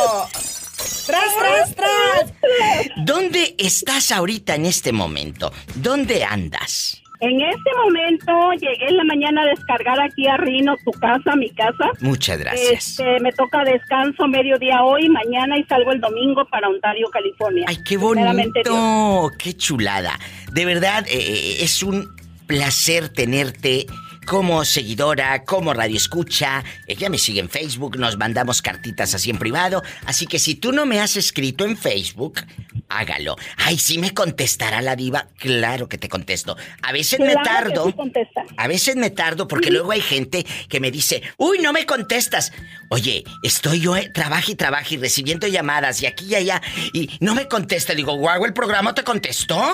¡Tras, tras, tras! ¿Dónde estás ahorita en este momento? ¿Dónde andas? En este momento llegué en la mañana a descargar aquí a Rino, tu casa, mi casa. Muchas gracias. Este, me toca descanso mediodía hoy, mañana y salgo el domingo para Ontario, California. ¡Ay, qué Primeramente, Dios. bonito! ¡Qué chulada! De verdad, eh, es un placer tenerte como seguidora, como radioescucha. Ella me sigue en Facebook, nos mandamos cartitas así en privado. Así que si tú no me has escrito en Facebook, hágalo. Ay, ¿sí me contestará la diva? Claro que te contesto. A veces Claro me que tardo. sí contesta. A veces me tardo porque luego hay gente que me dice, uy, no me contestas. Oye, estoy yo, eh, trabaja y trabaja y recibiendo llamadas y aquí y allá y no me contesta. Digo, guau, ¿el programa te contestó?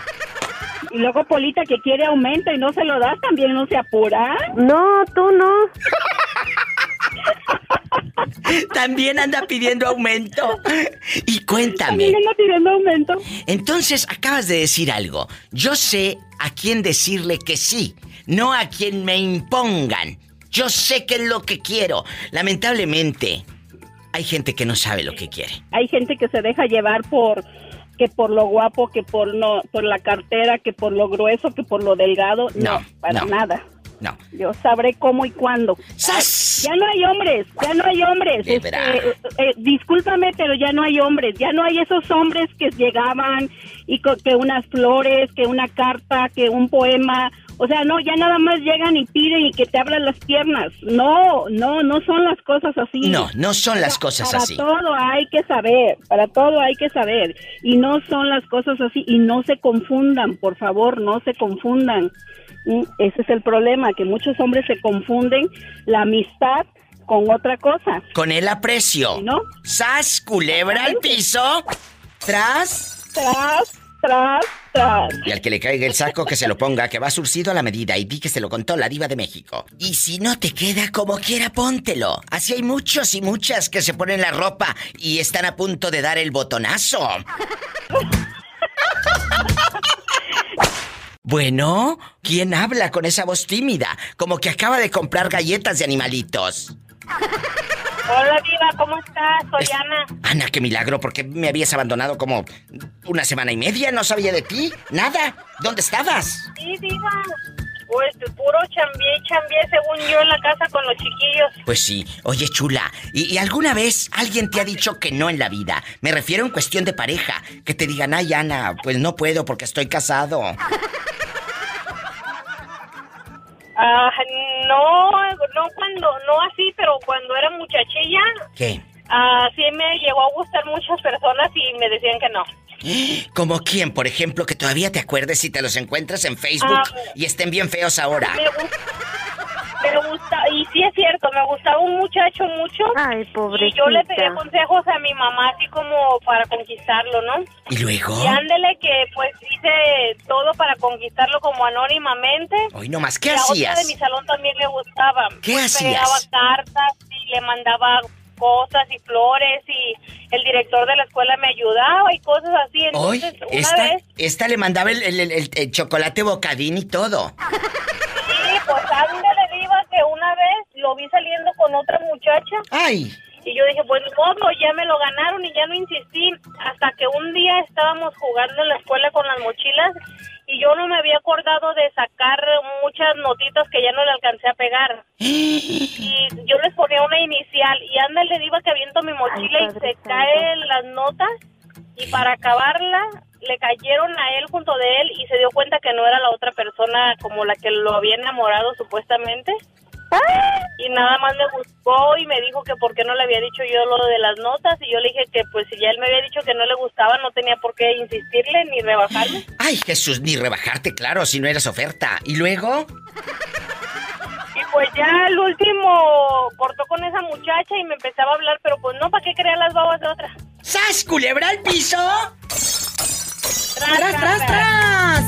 Y luego Polita que quiere aumento y no se lo das, también no se apura. No, tú no. También anda pidiendo aumento. Y cuéntame. También anda pidiendo aumento. Entonces, acabas de decir algo. Yo sé a quién decirle que sí, no a quien me impongan. Yo sé qué es lo que quiero. Lamentablemente, hay gente que no sabe lo que quiere. Hay gente que se deja llevar por que por lo guapo, que por no por la cartera, que por lo grueso, que por lo delgado. No, No, para no. nada. No. Yo sabré cómo y cuándo. ¡Sas! Ay, ya no hay hombres, ya no hay hombres. De Este, verdad. eh, eh, discúlpame, pero ya no hay hombres. Ya no hay esos hombres que llegaban y co- que unas flores, que una carta, que un poema. O sea, no, ya nada más llegan y piden y que te abran las piernas. No, no, no son las cosas así. No, no son las cosas Para así. todo hay que saber, para todo hay que saber. Y no son las cosas así. Y no se confundan, por favor, no se confundan. Mm, Ese es el problema, que muchos hombres se confunden la amistad con otra cosa. Con el aprecio. ¿No? ¡Sas, culebra al piso! Tras. Tras, tras, tras. Y al que le caiga el saco, que se lo ponga, que va surcido a la medida. Y di que se lo contó la diva de México. Y si no te queda como quiera, póntelo. Así hay muchos y muchas que se ponen la ropa y están a punto de dar el botonazo. Bueno, ¿quién habla con esa voz tímida? Como que acaba de comprar galletas de animalitos. Hola, Diva, ¿cómo estás? Soy Es- Ana. Ana, qué milagro, porque me habías abandonado como una semana y media, no sabía de ti, nada. ¿Dónde estabas? Sí, Diva. Pues puro chambié, chambié, según yo, en la casa con los chiquillos. Pues sí. Oye, chula, ¿y, y alguna vez alguien te ha dicho que no en la vida? Me refiero en cuestión de pareja. Que te digan, ay, Ana, pues no puedo porque estoy casado. Ah, no, no cuando, no así, pero cuando era muchachilla. ¿Qué? Ah, sí me llegó a gustar muchas personas y me decían que no. ¿Como quién, por ejemplo, que todavía te acuerdes si te los encuentras en Facebook Ah, y estén bien feos ahora? Me gusta, me gusta, y sí es cierto, me gustaba un muchacho mucho. Ay, pobrecita. Y yo le pedía consejos a mi mamá así como para conquistarlo, ¿no? ¿Y luego? Y ándele que pues hice todo para conquistarlo como anónimamente. Hoy nomás, ¿qué Y a hacías? otra de mi salón también le gustaba. ¿Qué Pues, hacías? pegaba cartas y le mandaba cosas y flores y el director de la escuela me ayudaba y cosas así. Hoy, Entonces, una esta, vez... esta le mandaba el, el- el- el- el chocolate bocadín y todo. Sí, pues ándale, diva, que una vez lo vi saliendo con otra muchacha. ¡Ay! Y yo dije, pues ¿cómo? Ya me lo ganaron y ya no insistí. Hasta que un día estábamos jugando en la escuela con las mochilas y yo no me había acordado de sacar muchas notitas que ya no le alcancé a pegar. Y yo les ponía una inicial y ándale, diva, que aviento mi mochila Ay, y Padre se caen las notas y para acabarla le cayeron a él junto de él y se dio cuenta que no era la otra persona como la que lo había enamorado supuestamente. Y nada más me buscó y me dijo que por qué no le había dicho yo lo de las notas y yo le dije que pues si ya él me había dicho que no le gustaba no tenía por qué insistirle ni rebajarme. ¡Ay, Jesús! Ni rebajarte, claro, si no eras oferta. ¿Y luego? Y pues ya el último cortó con esa muchacha y me empezaba a hablar, pero pues no, ¿para qué crear las babas de otra? ¡Sas, culebra al piso! ¡Tras, tras, tras! tras!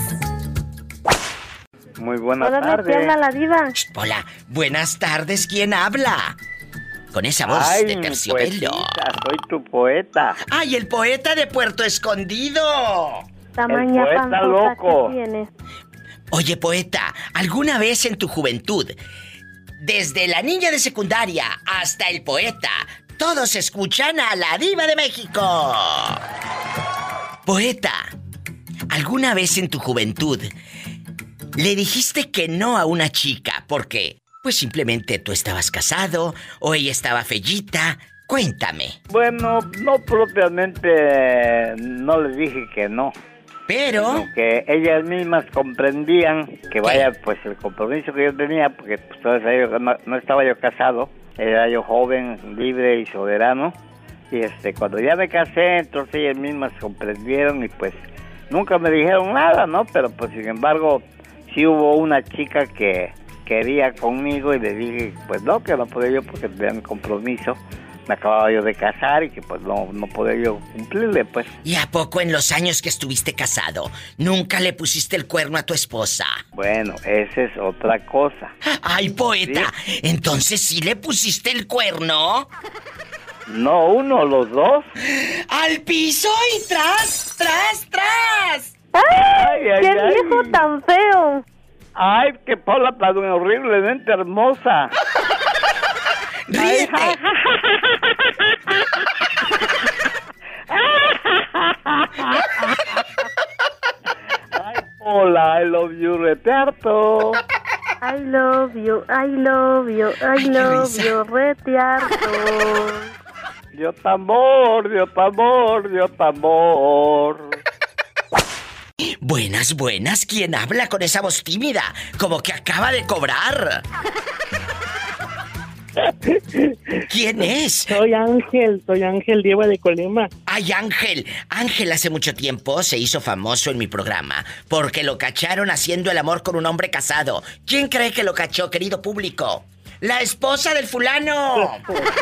Muy buenas Hola, tardes. ¿te habla la diva? Hola, buenas tardes, ¿quién habla? Con esa voz Ay, de mi terciopelo. poetita, soy tu poeta. ¡Ay, el poeta de Puerto Escondido! Tamaña poeta panzota loco. que tienes. Oye, poeta, ¿alguna vez en tu juventud, desde la niña de secundaria hasta el poeta, todos escuchan a la diva de México? Poeta, ¿alguna vez en tu juventud le dijiste que no a una chica porque, pues simplemente tú estabas casado o ella estaba fellita? Cuéntame. Bueno, no propiamente, no les dije que no. Pero... Sino que ellas mismas comprendían que vaya, pues el compromiso que yo tenía, porque pues todavía yo no, no estaba yo casado, era yo joven, libre y soberano. Y este, cuando ya me casé, entonces ellas mismas comprendieron y pues nunca me dijeron nada, ¿no? Pero pues sin embargo, sí hubo una chica que quería conmigo y le dije, pues no, que no podía yo porque tenía mi compromiso. Me acababa yo de casar y que pues no, no podía yo cumplirle, pues. ¿Y a poco en los años que estuviste casado, nunca le pusiste el cuerno a tu esposa? Bueno, esa es otra cosa. ¡Ay, poeta! ¿Sí? ¿Entonces sí le pusiste el cuerno? No, uno, los dos. ¡Al piso y tras, tras, tras! ¡Ay, ay qué ay, viejo ay. tan feo! ¡Ay, qué Paula tan horriblemente hermosa! ¡Ríete! Ay, Paula, I love you, retearto. I love you, I love you, I love you, retearto. Yo tambor, yo tambor, yo tambor. Buenas, buenas, ¿quién habla con esa voz tímida? Como que acaba de cobrar. ¿Quién es? Soy Ángel, soy Ángel Diego de Colima. Ay, Ángel. Ángel hace mucho tiempo se hizo famoso en mi programa porque lo cacharon haciendo el amor con un hombre casado. ¿Quién cree que lo cachó, querido público? ¡La esposa del fulano!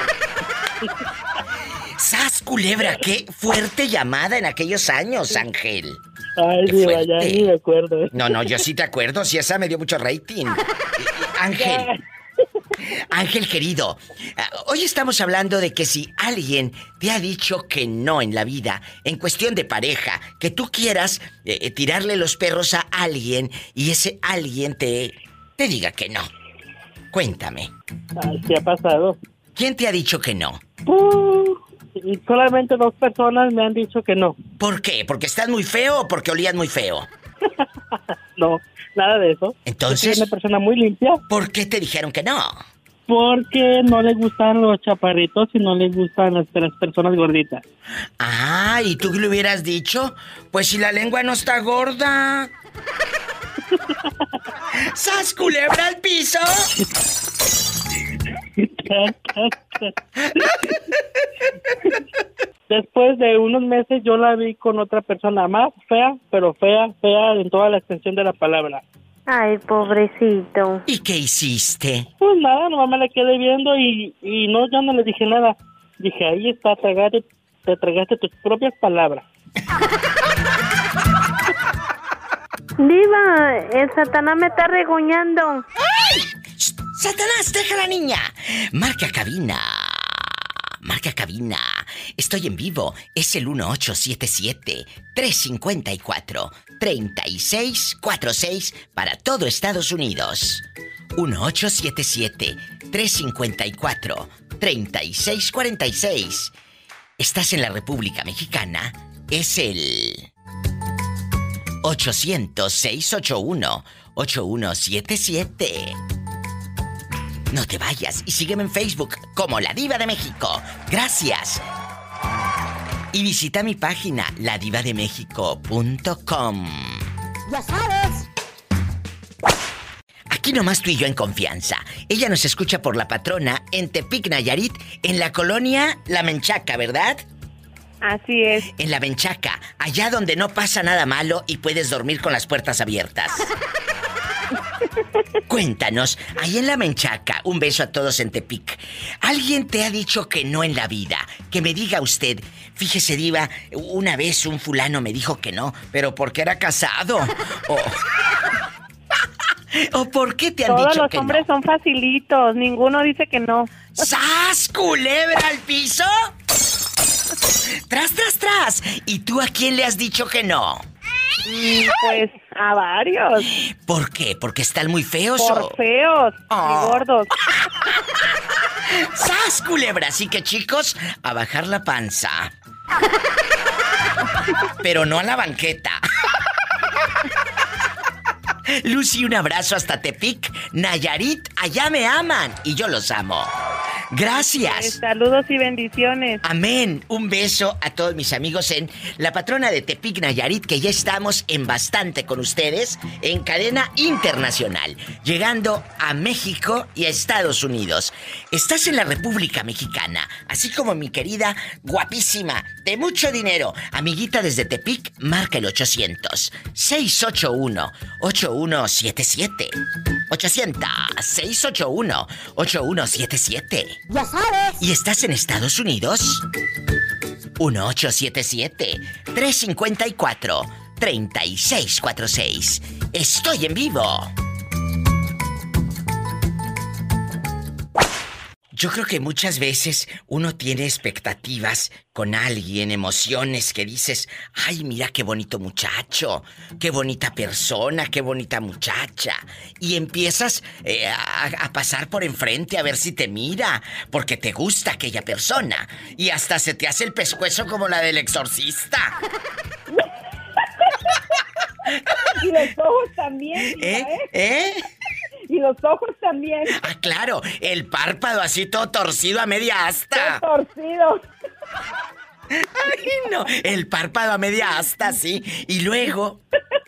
¡Sas, culebra! ¡Qué fuerte llamada en aquellos años, Ángel! Ay, Diva, ya ni me acuerdo. No, no, yo sí te acuerdo, si esa me dio mucho rating. Ángel... Ángel querido, hoy estamos hablando de que si alguien te ha dicho que no en la vida, en cuestión de pareja, que tú quieras eh, tirarle los perros a alguien y ese alguien te, te diga que no. Cuéntame. Ay, ¿qué ha pasado? ¿Quién te ha dicho que no? Uh, solamente dos personas me han dicho que no. ¿Por qué? ¿Porque estás muy feo o porque olías muy feo? No, nada de eso. Entonces, yo soy una persona muy limpia. ¿Por qué te dijeron que no? Porque no les gustan los chaparritos y no les gustan las, las personas gorditas. Ah, ¿y tú qué le hubieras dicho? Pues si la lengua no está gorda. ¡Sas, culebra al piso! Después de unos meses yo la vi con otra persona más fea, pero fea, fea en toda la extensión de la palabra. Ay, pobrecito. ¿Y qué hiciste? Pues nada, nomás me la quedé viendo y, y no, yo no le dije nada. Dije, ahí está, tragaste, te tragaste tus propias palabras. Diva, el Satanás me está regoñando. ¡Ay! ¡Satanás, deja a la niña! Marca cabina. Marca cabina. Estoy en vivo. Es el uno ocho siete siete, tres cinco cuatro, tres seis cuatro seis para todo Estados Unidos. uno ocho siete siete, tres cinco cuatro, tres seis cuatro seis. ¿Estás en la República Mexicana? Es el ochocientos, seiscientos ochenta y uno, ochenta y uno setenta y siete. No te vayas y sígueme en Facebook como La Diva de México. Gracias. Y visita mi página la diva de méxico punto com. Ya sabes. Aquí nomás tú y yo en confianza. Ella nos escucha por La Patrona en Tepic, Nayarit, en la colonia La Menchaca, ¿verdad? Así es. En La Menchaca, allá donde no pasa nada malo y puedes dormir con las puertas abiertas. Cuéntanos, ahí en La Menchaca, un beso a todos en Tepic. ¿Alguien te ha dicho que no en la vida? Que me diga usted, fíjese, Diva, una vez un fulano me dijo que no, pero porque era casado. O, ¿O por qué te han Todos dicho que no? Todos los hombres son facilitos, ninguno dice que no. ¡Sas, culebra al piso! ¡Tras, tras, tras! ¿Y tú a quién le has dicho que no? Pues a varios. ¿Por qué? ¿Porque están muy feos Por o...? feos Oh. y gordos. ¡Sas, culebra! Así que, chicos, a bajar la panza. Pero no a la banqueta. Lucy, un abrazo hasta Tepic, Nayarit, allá me aman y yo los amo. Gracias. Pues, saludos y bendiciones. Amén. Un beso a todos mis amigos en La Patrona de Tepic, Nayarit, que ya estamos en bastante con ustedes en cadena internacional, llegando a México y a Estados Unidos. Estás en la República Mexicana, así como mi querida, guapísima, de mucho dinero, amiguita desde Tepic, marca el ochocientos, seiscientos ochenta y uno, ochenta y uno setenta y siete. ochocientos, seiscientos ochenta y uno, ochenta y uno setenta y siete. Ya sabes. ¿Y estás en Estados Unidos? uno ocho siete siete, tres cinco cuatro, tres seis cuatro seis. Estoy en vivo. Yo creo que muchas veces uno tiene expectativas con alguien, emociones que dices, ay, mira qué bonito muchacho, qué bonita persona, qué bonita muchacha. Y empiezas eh, a, a pasar por enfrente a ver si te mira, porque te gusta aquella persona. Y hasta se te hace el pescuezo como la del exorcista. Y los ojos también. ¿Eh? ¿Eh? Y los ojos también. Ah, claro, el párpado así todo torcido a media asta. Todo torcido. Ay, no, el párpado a media asta, sí. Y luego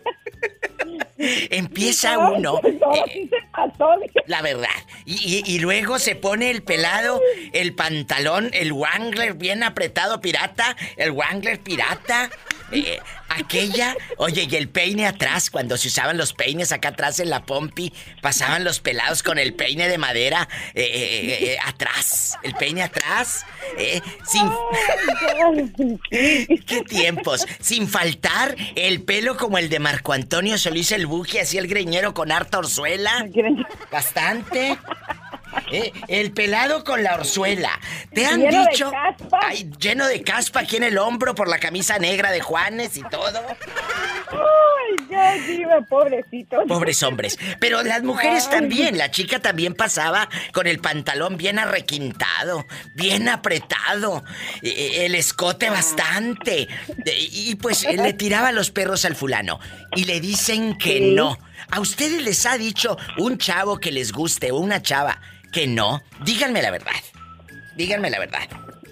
empieza uno. Eh, la verdad. Y, y, y luego se pone el pelado, el pantalón, el Wrangler bien apretado, pirata, el Wrangler pirata. Eh, aquella, oye, y el peine atrás, cuando se usaban los peines acá atrás en la pompi, pasaban los pelados con el peine de madera eh, eh, eh, atrás, el peine atrás, eh, sin... ¡Qué tiempos! Sin faltar el pelo como el de Marco Antonio Solís el Buji, así el greñero con harta orzuela, bastante... Eh, el pelado con la orzuela. ¿Te han lleno dicho? De caspa. Ay, lleno de caspa aquí en el hombro por la camisa negra de Juanes y todo. Ay, Ay, Diva, pobrecito. Pobres hombres. Pero las mujeres Ay. también. La chica también pasaba con el pantalón bien arrequintado, bien apretado, eh, el escote bastante. Eh, Y pues eh, le tiraba los perros al fulano. Y le dicen que Sí. no. ¿A ustedes les ha dicho un chavo que les guste o una chava que no? Díganme la verdad. Díganme la verdad.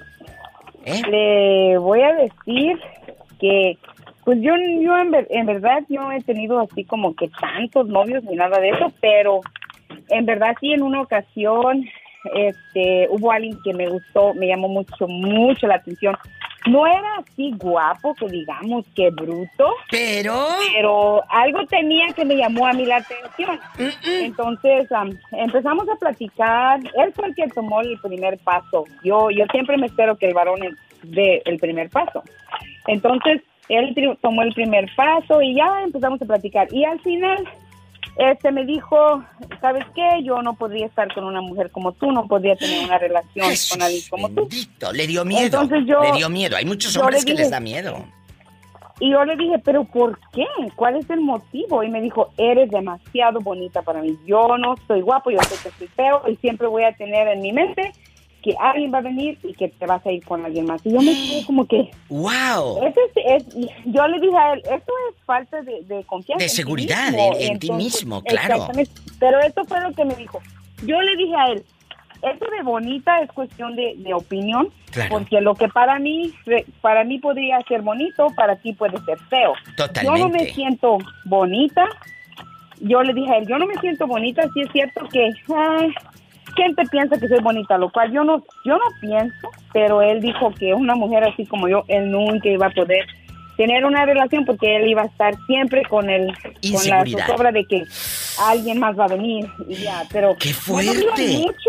¿Eh? Le voy a decir que, pues yo, yo en, ver- en verdad, yo no he tenido así como que tantos novios ni nada de eso, pero en verdad sí, en una ocasión, este, hubo alguien que me gustó, me llamó mucho, mucho la atención. No era así guapo, que digamos que bruto. Pero... Pero algo tenía que me llamó a mí la atención. Entonces um, empezamos a platicar. Él fue el que tomó el primer paso. Yo yo siempre me espero que el varón dé el primer paso. Entonces él tri- tomó el primer paso y ya empezamos a platicar. Y al final este me dijo, ¿sabes qué? Yo no podría estar con una mujer como tú, no podría tener una relación con alguien como tú. Le dio miedo. Entonces yo- le dio miedo. Hay muchos yo hombres le que dije- les da miedo. Y yo le dije, ¿pero por qué? ¿Cuál es el motivo? Y me dijo, eres demasiado bonita para mí. Yo no soy guapo, yo sé que soy feo y siempre voy a tener en mi mente que alguien va a venir y que te vas a ir con alguien más. Y yo me quedé como que... ¡Wow! Eso es, es- yo le dije a él, esto es falta de, de confianza. De en ti seguridad, mismo. en- en ti mismo, claro. Exactamente. Pero esto fue lo que me dijo. Yo le dije a él, eso de bonita es cuestión de, de opinión, Claro. porque lo que para mí para mí podría ser bonito, para ti puede ser feo. Totalmente. Yo no me siento bonita. Yo le dije a él, yo no me siento bonita, sí es cierto que ay, gente piensa que soy bonita, lo cual yo no yo no pienso, pero él dijo que una mujer así como yo, él nunca iba a poder tener una relación porque él iba a estar siempre con el con la Inseguridad. zozobra de que alguien más va a venir y ya, pero ¡Qué me dolió fuerte! mucho,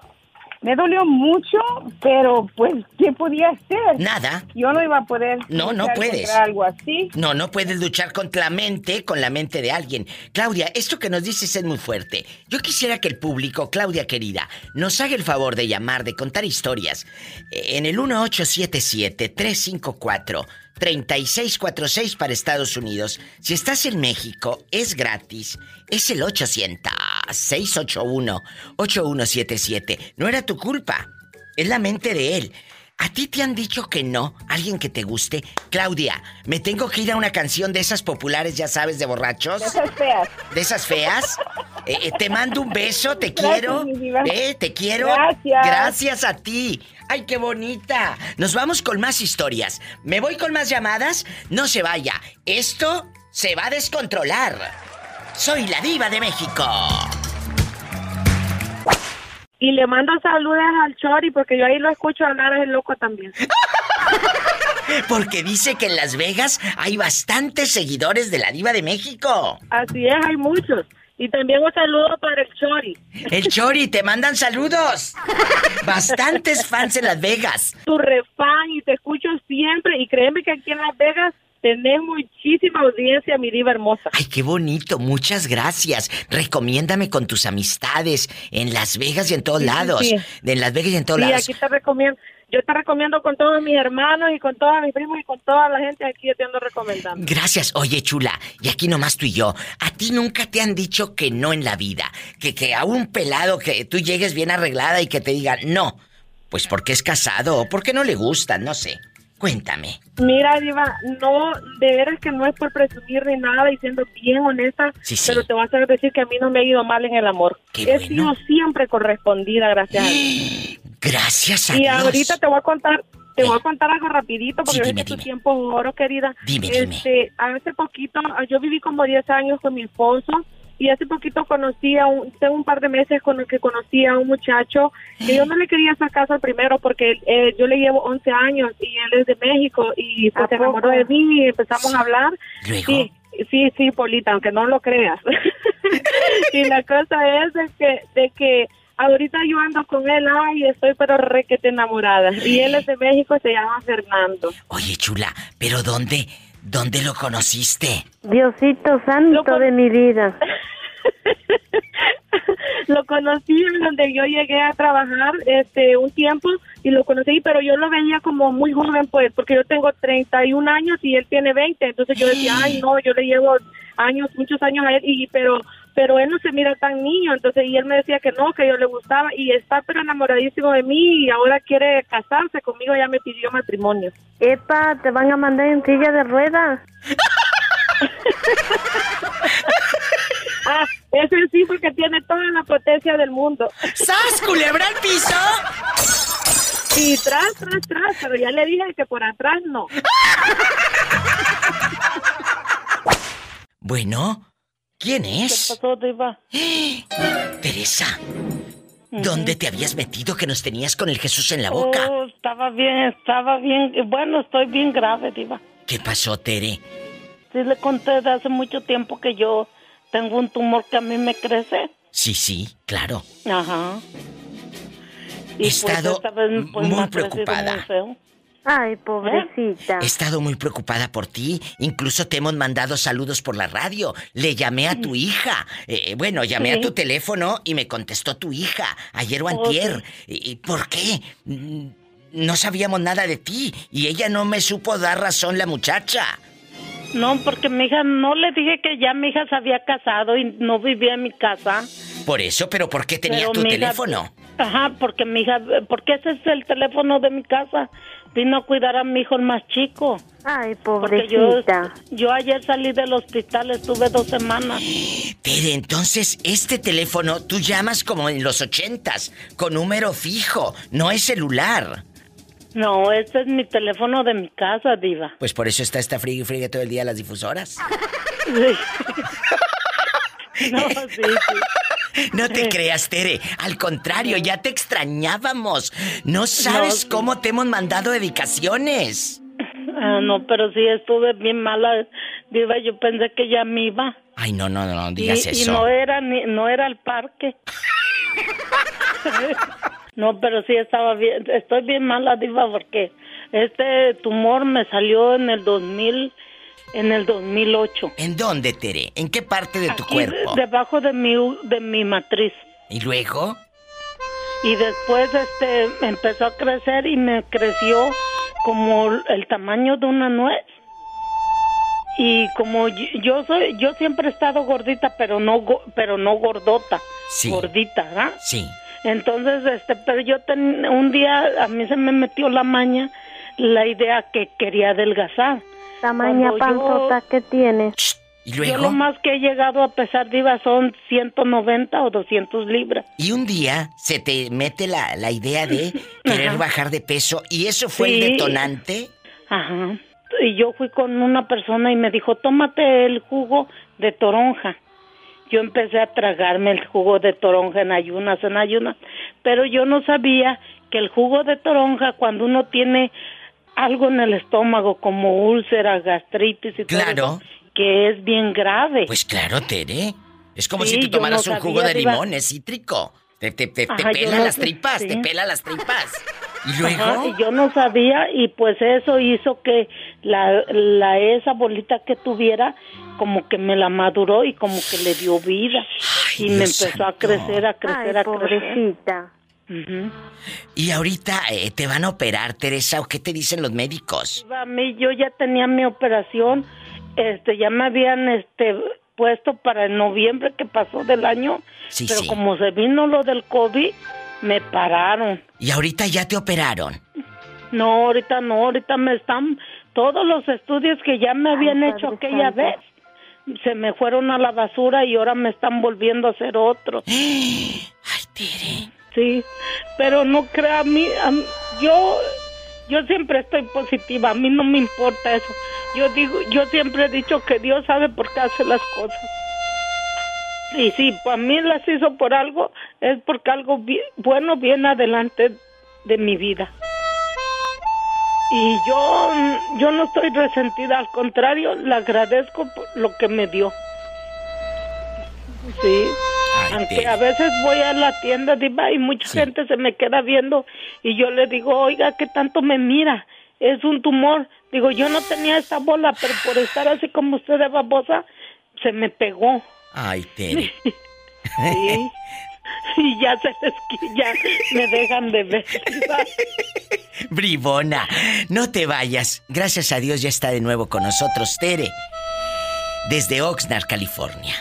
me dolió mucho, pero pues ¿qué podía hacer? Nada. Yo no iba a poder No, no luchar puedes. contra algo así. No, no puedes luchar contra la mente, con la mente de alguien. Claudia, esto que nos dices es muy fuerte. Yo quisiera que el público, Claudia querida, nos haga el favor de llamar, de contar historias. Eh, En el uno ocho siete siete, tres cinco cuatro, tres seis cuatro seis para Estados Unidos. Si estás en México, es gratis. Es el ochocientos, seis ocho uno, ocho uno siete siete. No era tu culpa. Es la mente de él. ¿A ti te han dicho que no? ¿Alguien que te guste? Claudia, me tengo que ir a una canción de esas populares, ya sabes, de borrachos. De esas feas. ¿De esas feas? Eh, eh, te mando un beso, te Gracias, quiero. mi diva. Eh, te quiero. Gracias. Gracias a ti. ¡Ay, qué bonita! Nos vamos con más historias. ¿Me voy con más llamadas? No se vaya. Esto se va a descontrolar. Soy la Diva de México. Y le mando saludos al Chori porque yo ahí lo escucho hablar, es el loco también. Porque dice que en Las Vegas hay bastantes seguidores de la Diva de México. Así es, hay muchos. Y también un saludo para el Chori. El Chori, te mandan saludos. Bastantes fans en Las Vegas. Tu refán y te escucho siempre. Y créeme que aquí en Las Vegas tenés muchísima audiencia, mi diva hermosa. Ay, qué bonito, muchas gracias. Recomiéndame con tus amistades en Las Vegas y en todos Sí, sí, lados. sí. En Las Vegas y en todos Sí, lados. aquí te recomiendo. Yo te recomiendo con todos mis hermanos y con todos mis primos y con toda la gente aquí yo te ando recomendando. Gracias. Oye, chula, y aquí nomás tú y yo. ¿A ti nunca te han dicho que no en la vida? Que, que a un pelado que tú llegues bien arreglada y que te digan no. Pues porque es casado o porque no le gustan, no sé. Cuéntame. Mira, diva, no, de veras que no es por presumir ni nada y siendo bien honesta, Sí, sí. pero te vas a decir que a mí no me ha ido mal en el amor. Qué He bueno. sido siempre correspondida, gracias a Dios. Gracias a Y Dios. ahorita te voy a contar, te voy a contar algo rapidito porque Sí, yo sé dime, que tu dime. tiempo es oro, querida. Dime, este, hace poquito, yo viví como diez años con mi esposo y hace poquito conocí a un, tengo un par de meses con el que conocí a un muchacho que yo no le quería hacer caso al primero porque eh, yo le llevo once años y él es de México y pues ¿A se enamoró poco? de mí y empezamos a hablar. Luego. Sí, sí, sí, Polita, aunque no lo creas. Y la cosa es de que, de que ahorita yo ando con él, ay, estoy pero requete enamorada. Y él es de México, se llama Fernando. Oye, chula, ¿pero dónde? ¿Dónde lo conociste? Diosito santo de mi vida. Lo conocí en donde yo llegué a trabajar este un tiempo y lo conocí, pero yo lo veía como muy joven, pues, porque yo tengo treinta y un años y él tiene veinte, entonces yo decía, ay, no, yo le llevo años, muchos años a él, y pero pero él no se mira tan niño, entonces, y él me decía que no, que yo le gustaba, y está pero enamoradísimo de mí, y ahora quiere casarse conmigo, ya me pidió matrimonio. Epa, te van a mandar en silla de ruedas. Ah, ese sí, porque tiene toda la potencia del mundo. ¡Sas, culebra al piso! Y tras, tras, tras, pero ya le dije que por atrás no. Bueno, ¿quién es? ¿Qué pasó, diva? Teresa, ¿dónde te habías metido que nos tenías con el Jesús en la boca? Oh, estaba bien, estaba bien. Bueno, estoy bien grave, diva. ¿Qué pasó, Tere? Sí, le conté de hace mucho tiempo que yo tengo un tumor que a mí me crece. Sí, sí, claro. Ajá. He estado pues, vez, pues, muy me ha preocupada. muy feo. Ay, pobrecita. He estado muy preocupada por ti. Incluso te hemos mandado saludos por la radio. Le llamé a tu hija. Eh, bueno, llamé Sí. a tu teléfono y me contestó tu hija. Ayer o Oh, antier. ¿Y por qué? Mm, No sabíamos nada de ti. Y ella no me supo dar razón, la muchacha. No, porque mi hija, no le dije que ya mi hija se había casado y no vivía en mi casa. Por eso, pero ¿por qué tenía Pero tu mi hija- teléfono? Ajá, porque mi hija, porque ese es el teléfono de mi casa. Vino a cuidar a mi hijo el más chico. Ay, Porque yo, pobrecita. yo ayer salí del hospital, estuve dos semanas. Tere, entonces, este teléfono tú llamas como en los ochentas, con número fijo, no es celular. No, este es mi teléfono de mi casa, diva. Pues por eso está esta frigue y frigue todo el día las difusoras. Sí. No, sí, sí. No te creas, Tere. Al contrario, ya te extrañábamos. No sabes No, sí. cómo te hemos mandado dedicaciones. Ah, no, pero sí estuve bien mala, diva. Yo pensé que ya me iba. Ay, no, no, no, no Y, digas y eso. no era ni, no era el parque. No, pero sí estaba bien. Estoy bien mala, diva, porque este tumor me salió en el dos mil, en el dos mil ocho. ¿En dónde, Tere? ¿En qué parte de tu Aquí, cuerpo? de- debajo de mi de mi matriz. ¿Y luego? Y después este empezó a crecer y me creció como el tamaño de una nuez. Y como yo, yo soy, yo siempre he estado gordita, pero no go- pero no gordota, Sí. gordita, ¿verdad? Sí. Entonces, este, pero yo ten, un día a mí se me metió la maña, la idea que quería adelgazar. Tamaña Cuando yo- panzota que tienes. ¿Y Yo lo más que he llegado a pesar, diva, son ciento noventa o doscientos libras. Y un día se te mete la, la idea de querer Ajá. bajar de peso y eso fue Sí. el detonante. Ajá. Y yo fui con una persona y me dijo, tómate el jugo de toronja. Yo empecé a tragarme el jugo de toronja en ayunas, en ayunas, pero yo no sabía que el jugo de toronja, cuando uno tiene algo en el estómago como úlcera, gastritis y todo Claro. eso, que es bien grave. Pues claro, Tere. Es como Sí, si tú yo tomaras no un jugo sabía, de diva. limón, es cítrico. Te, te, te, te Ajá, yo pela no las sé, tripas, sí. te pela las tripas. Y luego, Ajá, y yo no sabía y pues eso hizo que la, la esa bolita que tuviera como que me la maduró y como que le dio vida y me Dios empezó a santo. crecer, a crecer, Ay, a crecer. pobrecita. Ujú. y ahorita eh, te van a operar, Teresa, ¿o qué te dicen los médicos? A mí yo ya tenía mi operación, este ya me habían este puesto para el noviembre que pasó del año, Sí, pero sí. como se vino lo del COVID, me pararon. Y ahorita ya te operaron. No, ahorita no, ahorita me están todos los estudios que ya me habían hecho aquella vez se me fueron a la basura y ahora me están volviendo a hacer otros. Ay, Tere. Sí, pero no crea a mí, a mí- yo yo siempre estoy positiva, a mí no me importa eso. Yo digo, yo siempre he dicho que Dios sabe por qué hace las cosas. Y si a mí las hizo por algo, es porque algo bi- bueno viene adelante de mi vida. Y yo, yo no estoy resentida, al contrario, le agradezco por lo que me dio. Sí, aunque a veces voy a la tienda, diva, y mucha gente se me queda viendo y yo le digo, oiga, ¿qué tanto me mira? Es un tumor. Digo, yo no tenía esta bola, pero por estar así como usted de babosa, se me pegó. Ay, Tere. Sí. Y ya se les qui- ya me dejan de ver. Bribona, no te vayas. Gracias a Dios ya está de nuevo con nosotros, Tere. desde Oxnard, California.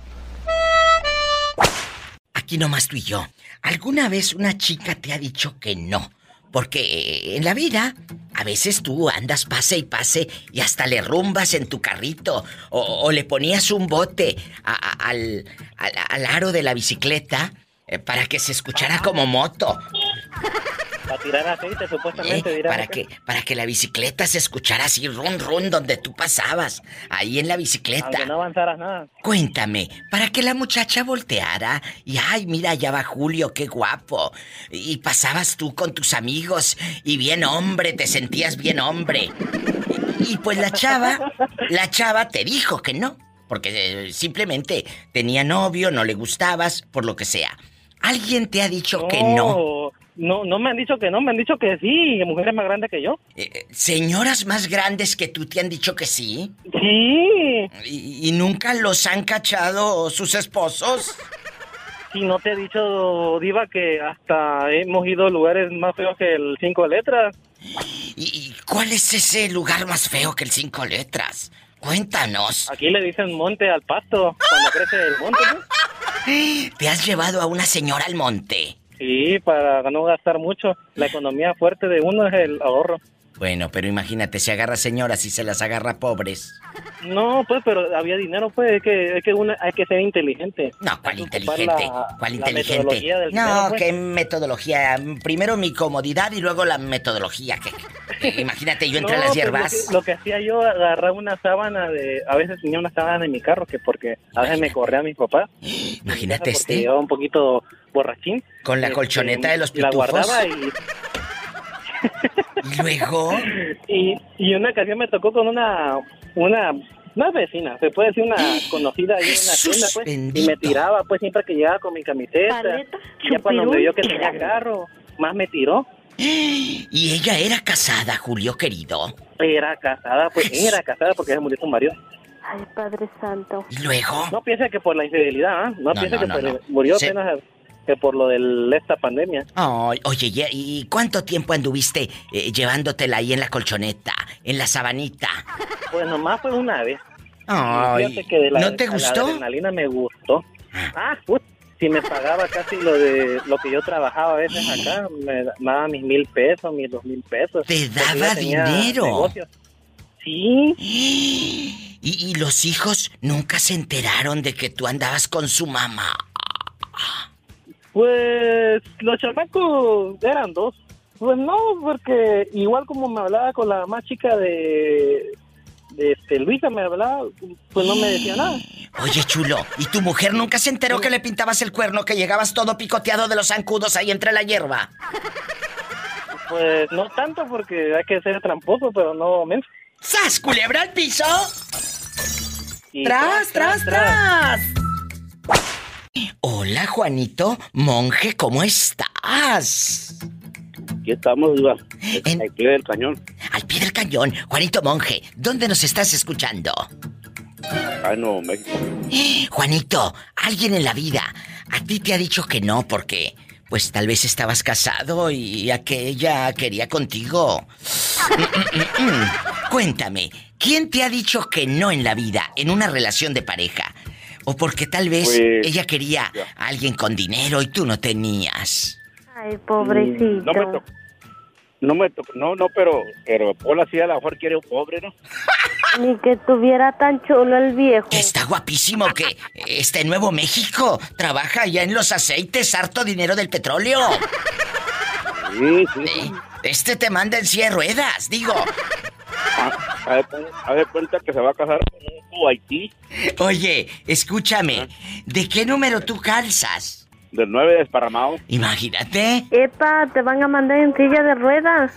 Aquí nomás tú y yo. ¿Alguna vez una chica te ha dicho que no? Porque en la vida, a veces tú andas pase y pase y hasta le rumbas en tu carrito. O, o le ponías un bote a, a, al, al, al aro de la bicicleta eh, para que se escuchara como moto. Para tirar aceite, supuestamente. Eh, dirá, para que para que la bicicleta se escuchara así, run, run, donde tú pasabas. Ahí en la bicicleta. Aunque no avanzaras nada. Cuéntame, para que la muchacha volteara y, ay, mira, allá va Julio, qué guapo. Y pasabas tú con tus amigos y bien hombre, te sentías bien hombre. Y, y pues la chava, la chava te dijo que no. Porque eh, simplemente tenía novio, no le gustabas, por lo que sea. ¿Alguien te ha dicho no, que no? No, no me han dicho que no, me han dicho que sí, mujeres más grandes que yo. Eh, ¿Señoras más grandes que tú te han dicho que sí? Sí. ¿Y, y nunca los han cachado sus esposos? Sí, no te he dicho, Diva, que hasta hemos ido a lugares más feos que el cinco letras. ¿Y, y cuál es ese lugar más feo que el cinco letras? Cuéntanos. Aquí le dicen monte al pasto, cuando crece el monte, ¿no? ¿Te has llevado a una señora al monte? Sí, para no gastar mucho. La economía fuerte de uno es el ahorro. Bueno, pero imagínate, si agarra señoras y se las agarra pobres. No, pues, pero había dinero, pues, es que, es que una, hay que ser inteligente. No, ¿cuál Hay que inteligente? ocupar ¿Cuál la inteligente? metodología del No, dinero, pues. ¿qué metodología? Primero mi comodidad y luego la metodología. ¿Qué? Eh, imagínate, yo entre No, las pues, hierbas. Lo que, lo que hacía yo, agarraba una sábana de... A veces tenía una sábana en mi carro, que porque a veces me corría a mis papás. Imagínate porque este. Llevaba un poquito borrachín. Con la Este, colchoneta de los La pitufos. guardaba y... ¿Y luego? Y, y una ocasión me tocó con una... Una... Una vecina, se puede decir una conocida ahí en una tienda, pues, bendito. y me tiraba, pues, siempre que llegaba con mi camiseta. Paleta, Y ya cuando me vio que chupirul. tenía carro, más me tiró. Y ella era casada, Julio querido. Era casada, pues, era casada porque se murió su marido. Ay, Padre Santo. ¿Y luego? No piense que por la infidelidad, ¿ah? No, No, piense no, que no, por- no. murió Se- apenas que por lo de esta pandemia. Ay, oye, ¿y- ¿y cuánto tiempo anduviste eh, llevándotela ahí en la colchoneta, en la sabanita? Pues nomás fue una vez. Ay, Fíjate que de la- ¿no te la gustó? adrenalina me gustó. Ah, pues, si me pagaba casi lo de lo que yo trabajaba a veces acá, me, me daba mis mil pesos, mis dos mil pesos. ¿Te Porque daba ya tenía dinero? negocios. Sí. ¿Y, y los hijos nunca se enteraron de que tú andabas con su mamá? Pues los chamacos eran dos. Pues no, porque igual como me hablaba con la más chica de, de este, Luisa, me hablaba, pues no me decía nada. Oye, chulo, ¿y tu mujer nunca se enteró que le pintabas el cuerno, que llegabas todo picoteado de los zancudos ahí entre la hierba? Pues no tanto porque hay que ser tramposo, pero no menos. ¡Sas, culebra al piso! Y ¡Tras, tras, tras! Hola, Juanito, monje, ¿cómo estás? Aquí estamos, Diva. Al pie del cañón. Al pie del cañón, Juanito Monje, ¿dónde nos estás escuchando? Ay, no, México. Juanito, alguien en la vida a ti te ha dicho que no porque, pues tal vez estabas casado y aquella quería contigo. Mm, mm, mm, mm. Cuéntame, ¿quién te ha dicho que no en la vida, en una relación de pareja? O porque tal vez Pues, ella quería a alguien con dinero y tú no tenías. Ay, pobrecito. No me tocó. No me tocó. No, no, pero, pero Pola sí a lo mejor quiere un pobre, ¿no? Ni que tuviera tan chulo el viejo. Está guapísimo que está en Nuevo México. Trabaja allá en los aceites, harto dinero del petróleo. Sí, sí. Eh, Este te manda en silla de ruedas, digo. A ver, a ver, cuenta que se va a casar con un Kuwaití. Oye, escúchame. ¿De qué número tú calzas? Del nueve desparramado. Imagínate. Epa, te van a mandar en silla de ruedas.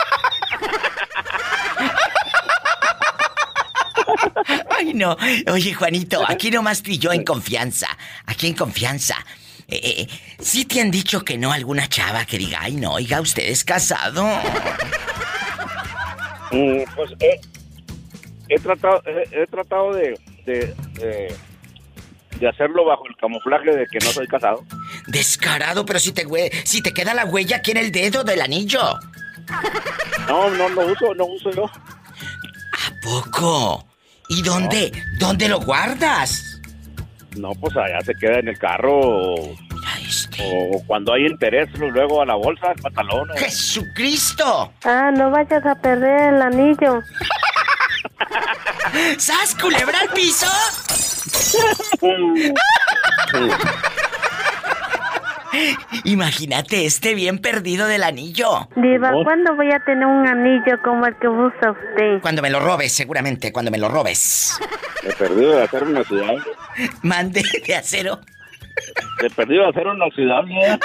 Ay, no. Oye, Juanito, aquí nomás tú y yo en confianza. Aquí en confianza. Eh, eh, ¿Sí te han dicho que no alguna chava que diga, ay, no, oiga, usted es casado? Mm, pues he, he tratado, he, he tratado de, de, de, de hacerlo bajo el camuflaje de que no soy casado. Descarado, pero si te, hue- si te queda la huella aquí en el dedo del anillo. No, no, no uso, no uso yo. ¿A poco? ¿Y dónde? No. ¿Dónde lo guardas? No, pues allá se queda en el carro o, este. o cuando hay interés, luego a la bolsa, al pantalón. O... ¡Jesucristo! Ah, no vayas a perder el anillo. ¿Sas, culebra al piso? Imagínate este bien perdido del anillo. Diva, ¿cuándo voy a tener un anillo como el que usa usted? Cuando me lo robes, seguramente, cuando me lo robes. De perdido de acero inoxidable. Mande de acero. De perdido de acero inoxidable.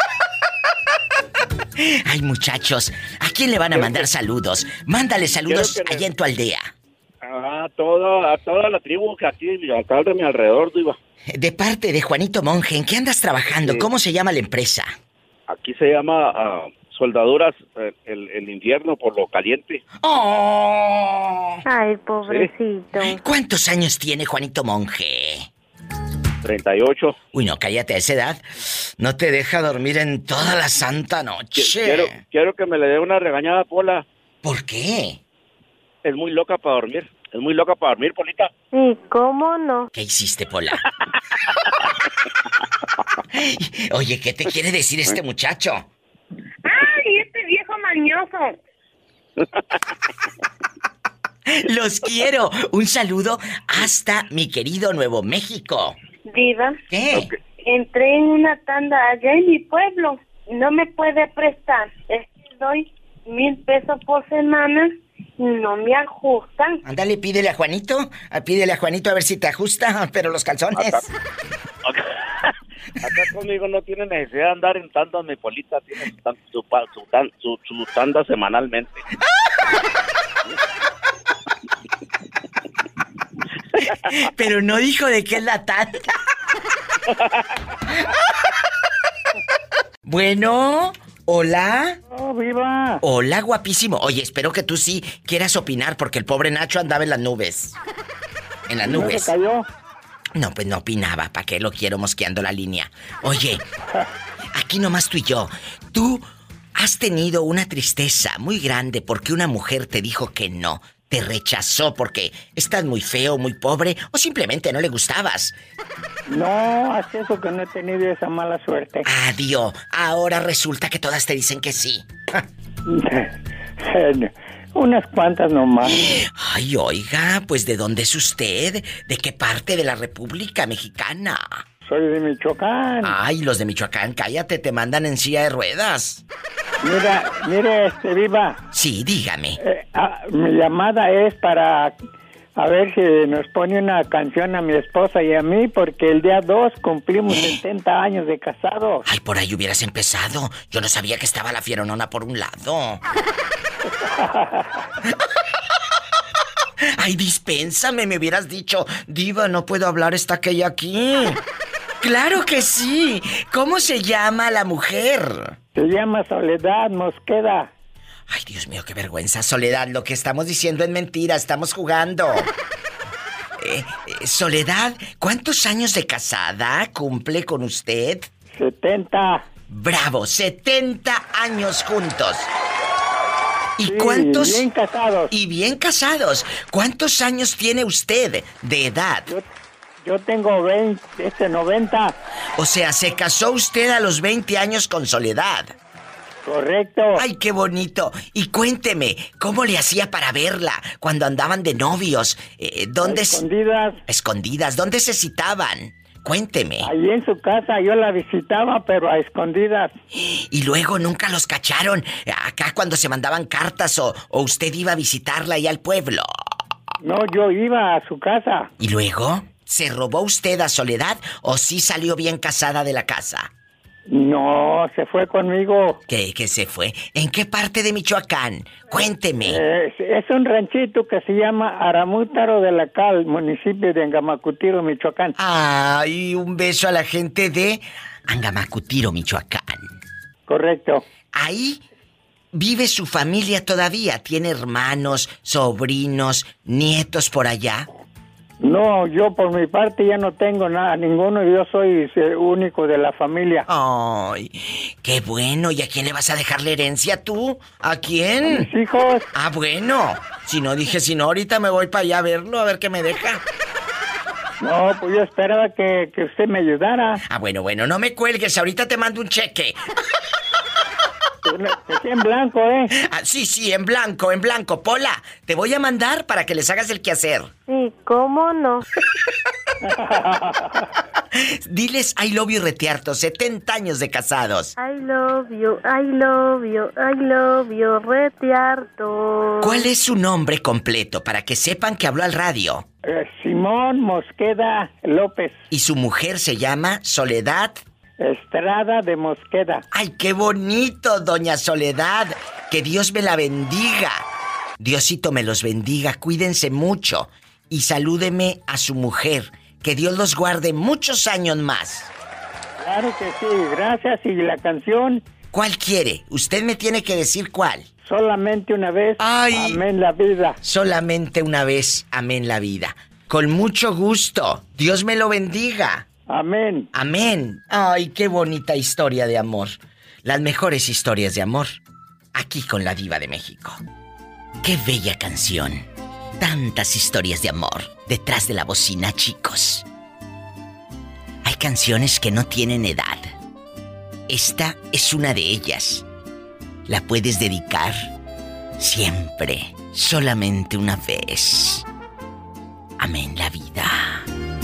Ay, muchachos, ¿a quién le van a mandar saludos? Mándale saludos allá le... en tu aldea. A toda, a toda la tribu que aquí, acá de mi alrededor, Diva. De parte de Juanito Monje, ¿en qué andas trabajando? Sí. ¿Cómo se llama la empresa? Aquí se llama uh, Soldaduras eh, el, el invierno por lo caliente. ¡Oh! Ay, pobrecito. ¿Sí? ¿Cuántos años tiene Juanito Monje? treinta y ocho. Uy, no, cállate, a esa edad no te deja dormir en toda la santa noche. Quiero, quiero que me le dé una regañada, Pola. ¿Por qué? Es muy loca para dormir. Es muy loca para dormir, Polita. ¿Y cómo no? ¿Qué hiciste, Pola? Oye, ¿qué te quiere decir este muchacho? ¡Ay, este viejo mañoso! Los quiero. Un saludo hasta mi querido Nuevo México. Diva. ¿Qué? Okay. Entré en una tanda allá en mi pueblo. No me puede prestar. Es que doy mil pesos por semana y no me ajustan. Ándale, pídele a Juanito. Pídele a Juanito a ver si te ajusta, pero los calzones. Acá, acá, acá conmigo no tiene necesidad de andar en tandas, mi Polita. Tiene su, su, su, su, su tanda semanalmente. Pero no dijo de qué es la tanda. Bueno, hola. Oh, viva. Hola, guapísimo. Oye, espero que tú sí quieras opinar porque el pobre Nacho andaba en las nubes. En las nubes. ¿No se cayó? No, pues no opinaba. ¿Para qué lo quiero mosqueando la línea? Oye, aquí nomás tú y yo. Tú has tenido una tristeza muy grande porque una mujer te dijo que no. Te rechazó porque estás muy feo, muy pobre o simplemente no le gustabas. No, hace eso que no he tenido esa mala suerte. Adiós. Ahora resulta que todas te dicen que sí. Unas cuantas nomás. Ay, oiga, pues ¿de dónde es usted? ¿De qué parte de la República Mexicana? Soy de Michoacán. Ay, los de Michoacán, cállate, te mandan en silla de ruedas. Mira, mire, este, Viva. Sí, dígame. Eh, ah, mi llamada es para a ver si nos pone una canción a mi esposa y a mí, porque el día dos cumplimos ¿Eh? setenta años de casados. Ay, por ahí hubieras empezado. Yo no sabía que estaba la fieronona por un lado. Ay, dispénsame, me hubieras dicho, Diva, no puedo hablar, está aquella aquí. ¡Claro que sí! ¿Cómo se llama la mujer? Se llama Soledad Mosqueda. Ay, Dios mío, qué vergüenza, Soledad. Lo que estamos diciendo es mentira, estamos jugando. eh, eh, Soledad, ¿cuántos años de casada cumple con usted? setenta. ¡Bravo! setenta años juntos. ¿Y sí, cuántos? Bien casados. Y bien casados. ¿Cuántos años tiene usted de edad? Yo, yo tengo veinte, este noventa. O sea, se casó usted a los veinte años con Soledad. Correcto. Ay, qué bonito. Y cuénteme, ¿cómo le hacía para verla cuando andaban de novios? Eh, ¿Dónde? Escondidas. Escondidas. ¿Dónde se citaban? Cuénteme. Ahí en su casa yo la visitaba, pero a escondidas. Y luego nunca los cacharon acá cuando se mandaban cartas o, o usted iba a visitarla ahí al pueblo. No, yo iba a su casa. ¿Y luego? ¿Se robó usted a Soledad o sí salió bien casada de la casa? No, se fue conmigo. ¿Qué? ¿Qué se fue? ¿En qué parte de Michoacán? Cuénteme. Eh, es un ranchito que se llama Aramútaro de la Cal, municipio de Angamacutiro, Michoacán. Ay, un beso a la gente de Angamacutiro, Michoacán. Correcto. Ahí vive su familia todavía. ¿Tiene hermanos, sobrinos, nietos por allá? No, yo por mi parte ya no tengo nada, ninguno, yo soy el único de la familia. Ay, qué bueno. ¿Y a quién le vas a dejar la herencia tú? ¿A quién? A mis hijos. Ah, bueno. Si no, dije, si no, ahorita me voy para allá a verlo, a ver qué me deja. No, pues yo esperaba que, que usted me ayudara. Ah, bueno, bueno, no me cuelgues, ahorita te mando un cheque. Que sea en blanco, ¿eh? Ah, sí, sí, en blanco, en blanco. Pola, te voy a mandar para que les hagas el quehacer. Sí, ¿cómo no? Diles I love you, Retiarto, setenta años de casados. I love you, I love you, I love you, Retiarto. ¿Cuál es su nombre completo para que sepan que habló al radio? Eh, Simón Mosqueda López. Y su mujer se llama Soledad Estrada de Mosqueda. ¡Ay, qué bonito, doña Soledad! Que Dios me la bendiga. Diosito me los bendiga, cuídense mucho. Y salúdeme a su mujer. Que Dios los guarde muchos años más. Claro que sí, gracias. ¿Y la canción? ¿Cuál quiere? Usted me tiene que decir cuál. Solamente una vez, Ay, amén la vida. Solamente una vez, amén la vida. Con mucho gusto. Dios me lo bendiga. Amén. Amén. Ay, qué bonita historia de amor. Las mejores historias de amor. Aquí con la Diva de México. Qué bella canción. Tantas historias de amor detrás de la bocina, chicos. Hay canciones que no tienen edad. Esta es una de ellas. La puedes dedicar siempre, solamente una vez. Amén la vida.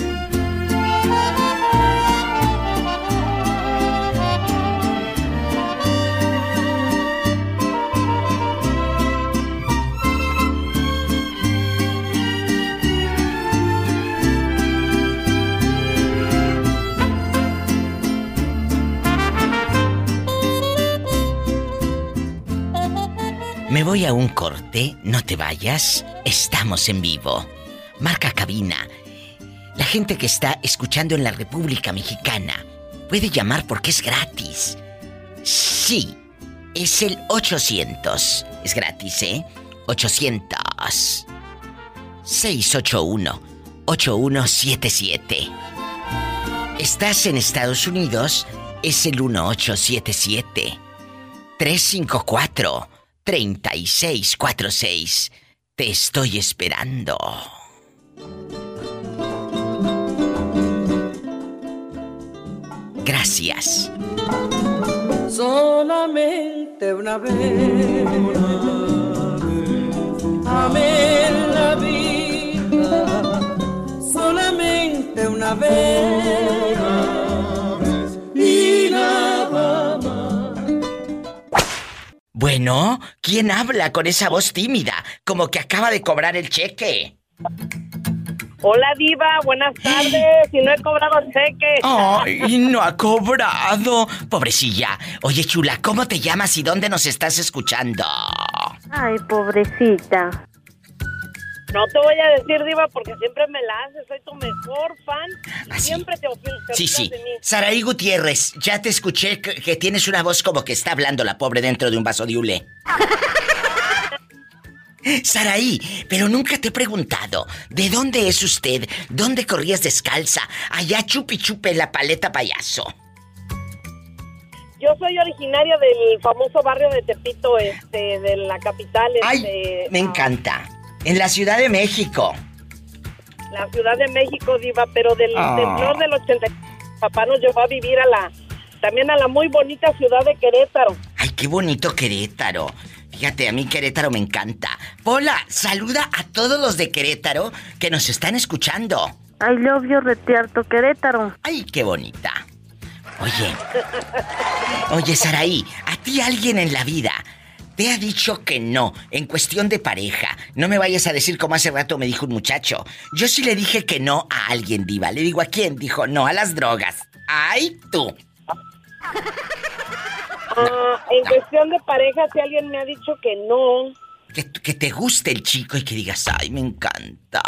Me voy a un corte, no te vayas, estamos en vivo. Marca cabina. La gente que está escuchando en la República Mexicana puede llamar porque es gratis. Sí, es el ochocientos. Es gratis, ¿eh? ochocientos, seiscientos ochenta y uno, ochenta y uno setenta y siete. Estás en Estados Unidos, es el uno ocho siete siete, tres cinco cuatro, tres seis cuatro seis. Te estoy esperando. Gracias. Solamente una vez, amé la vida. Solamente una vez, y nada más. Bueno, ¿quién habla con esa voz tímida? Como que acaba de cobrar el cheque. Hola, Diva, buenas tardes. Si no he cobrado el cheque. Ay, no ha cobrado. Pobrecilla. Oye, chula, ¿cómo te llamas y dónde nos estás escuchando? Ay, pobrecita. No te voy a decir, Diva, porque siempre me la haces. Soy tu mejor fan. Y siempre te opinas Sí, sí. de mí. Saraí Gutiérrez, ya te escuché que, que tienes una voz como que está hablando la pobre dentro de un vaso de hule. Saraí, pero nunca te he preguntado, ¿de dónde es usted? ¿Dónde corrías descalza? Allá chupi chupe la paleta payaso. Yo soy originaria del famoso barrio de Tepito, este, de la capital. Este, Ay, me encanta. En la Ciudad de México. La Ciudad de México, Diva, pero del Oh. temblor del ochenta. Papá nos llevó a vivir a la, también a la muy bonita ciudad de Querétaro. Ay, qué bonito Querétaro. Fíjate, a mí Querétaro me encanta. Pola, saluda a todos los de Querétaro que nos están escuchando. I love you, Retiarto, Querétaro. Ay, qué bonita. Oye, oye, Saraí, ¿a ti alguien en la vida te ha dicho que no en cuestión de pareja? No me vayas a decir como hace rato me dijo un muchacho. Yo sí le dije que no a alguien, Diva. Le digo, ¿a quién? Dijo, no, a las drogas. ¡Ay, tú! Ah, en cuestión de pareja, si alguien me ha dicho que no. Que, que te guste el chico y que digas, ay, me encanta.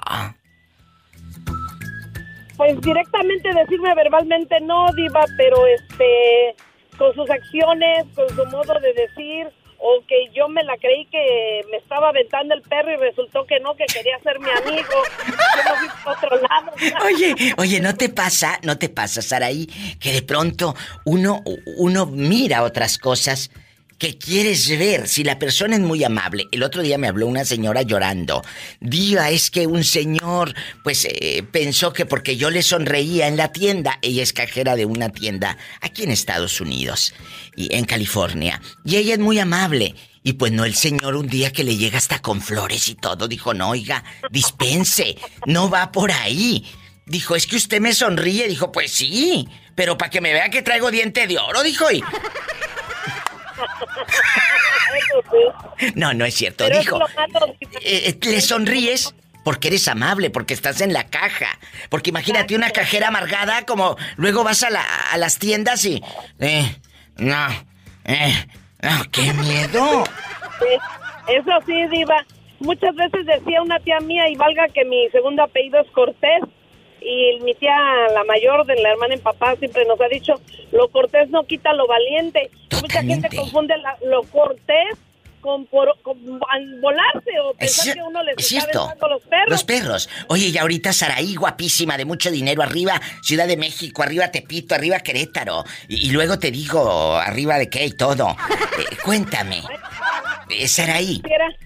Pues directamente decirme verbalmente no, Diva, pero este, con sus acciones, con su modo de decir, o que yo me la creí que me estaba aventando el perro y resultó que no, que quería ser mi amigo. Yo me fui por otro lado. Oye, oye, ¿no te pasa, no te pasa, Saraí, que de pronto uno, uno mira otras cosas que quieres ver si la persona es muy amable. El otro día me habló una señora llorando. Diva, es que un señor, pues, eh, pensó que porque yo le sonreía en la tienda, ella es cajera de una tienda aquí en Estados Unidos, y en California, y ella es muy amable. Y pues no, el señor un día que le llega hasta con flores y todo, dijo, no, oiga, dispense, no va por ahí. Dijo, es que usted me sonríe. Dijo, pues sí, pero para que me vea que traigo diente de oro, dijo, y... No, no es cierto, pero dijo, eh, le sonríes porque eres amable, porque estás en la caja. Porque imagínate una cajera amargada, como luego vas a, la, a las tiendas y... Eh, no, eh, no, qué miedo. Eso sí, diva. Muchas veces decía una tía mía, y valga que mi segundo apellido es Cortés, y mi tía, la mayor de la hermana en papá, siempre nos ha dicho, lo cortés no quita lo valiente. Totalmente. Mucha gente confunde la, lo cortés con, por, con volarse o pensar es, que uno les está besando los perros. Los perros. Oye, y ahorita Saraí, guapísima, de mucho dinero, arriba Ciudad de México, arriba Tepito, arriba Querétaro. Y, y luego te digo, arriba de qué y todo. Eh, cuéntame. Eh, Saraí.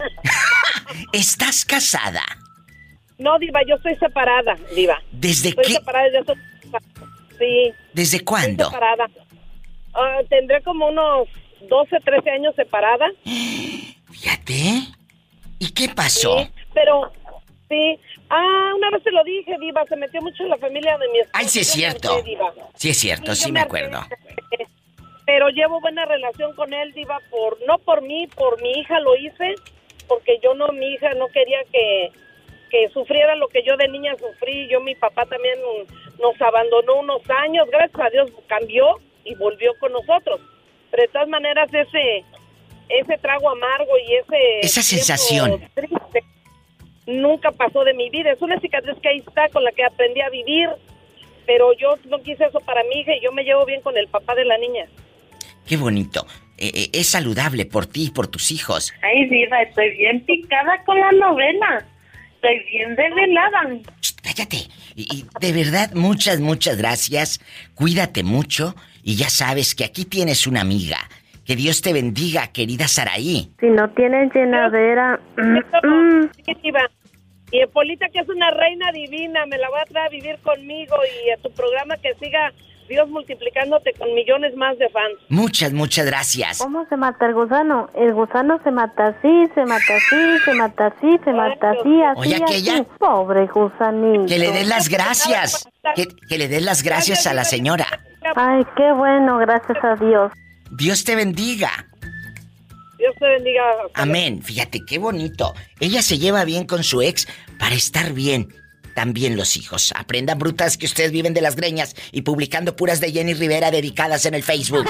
¿Estás casada? No, diva, yo estoy separada, diva. ¿Desde estoy qué? Separada desde hace... Sí. ¿Desde cuándo? Estoy separada. Uh, tendré como unos doce, trece años separada. Fíjate. ¿Y qué pasó? Sí, pero... Sí. Ah, una vez te lo dije, diva, se metió mucho en la familia de mi esposo. Ay, sí es cierto. Harté, sí es cierto, sí, sí me acuerdo. Harté, pero llevo buena relación con él, diva, por no por mí, por mi hija lo hice, porque yo no, mi hija no quería que... que sufriera lo que yo de niña sufrí. Yo, mi papá también nos abandonó unos años, gracias a Dios cambió y volvió con nosotros. Pero de todas maneras ese ese trago amargo y ese... Esa sensación. Triste, nunca pasó de mi vida. Es una cicatriz que ahí está, con la que aprendí a vivir, pero yo no quise eso para mi hija y yo me llevo bien con el papá de la niña. Qué bonito. Eh, eh, es saludable por ti y por tus hijos. Ay, diva, estoy bien picada con la novela. Estoy bien desvelada. Cállate. Y, y de verdad, muchas, muchas gracias. Cuídate mucho. Y ya sabes que aquí tienes una amiga. Que Dios te bendiga, querida Saraí. Si no tienes llenadera... Mm, mm. Sí, diva. Y Polita, que es una reina divina, me la voy a traer a vivir conmigo. Y a tu programa, que siga Dios multiplicándote con millones más de fans. Muchas, muchas gracias. ¿Cómo se mata el gusano? El gusano se mata así, se mata así, se mata así, se mata así, así, Oye, aquella... así. Pobre gusanito. Que le des las gracias. Que, que le des las gracias a la señora. Ay, qué bueno, gracias a Dios. Dios te bendiga. Dios te bendiga. Amén. Fíjate, qué bonito. Ella se lleva bien con su ex para estar bien. También los hijos. Aprendan, brutas, que ustedes viven de las greñas y publicando puras de Jenny Rivera dedicadas en el Facebook.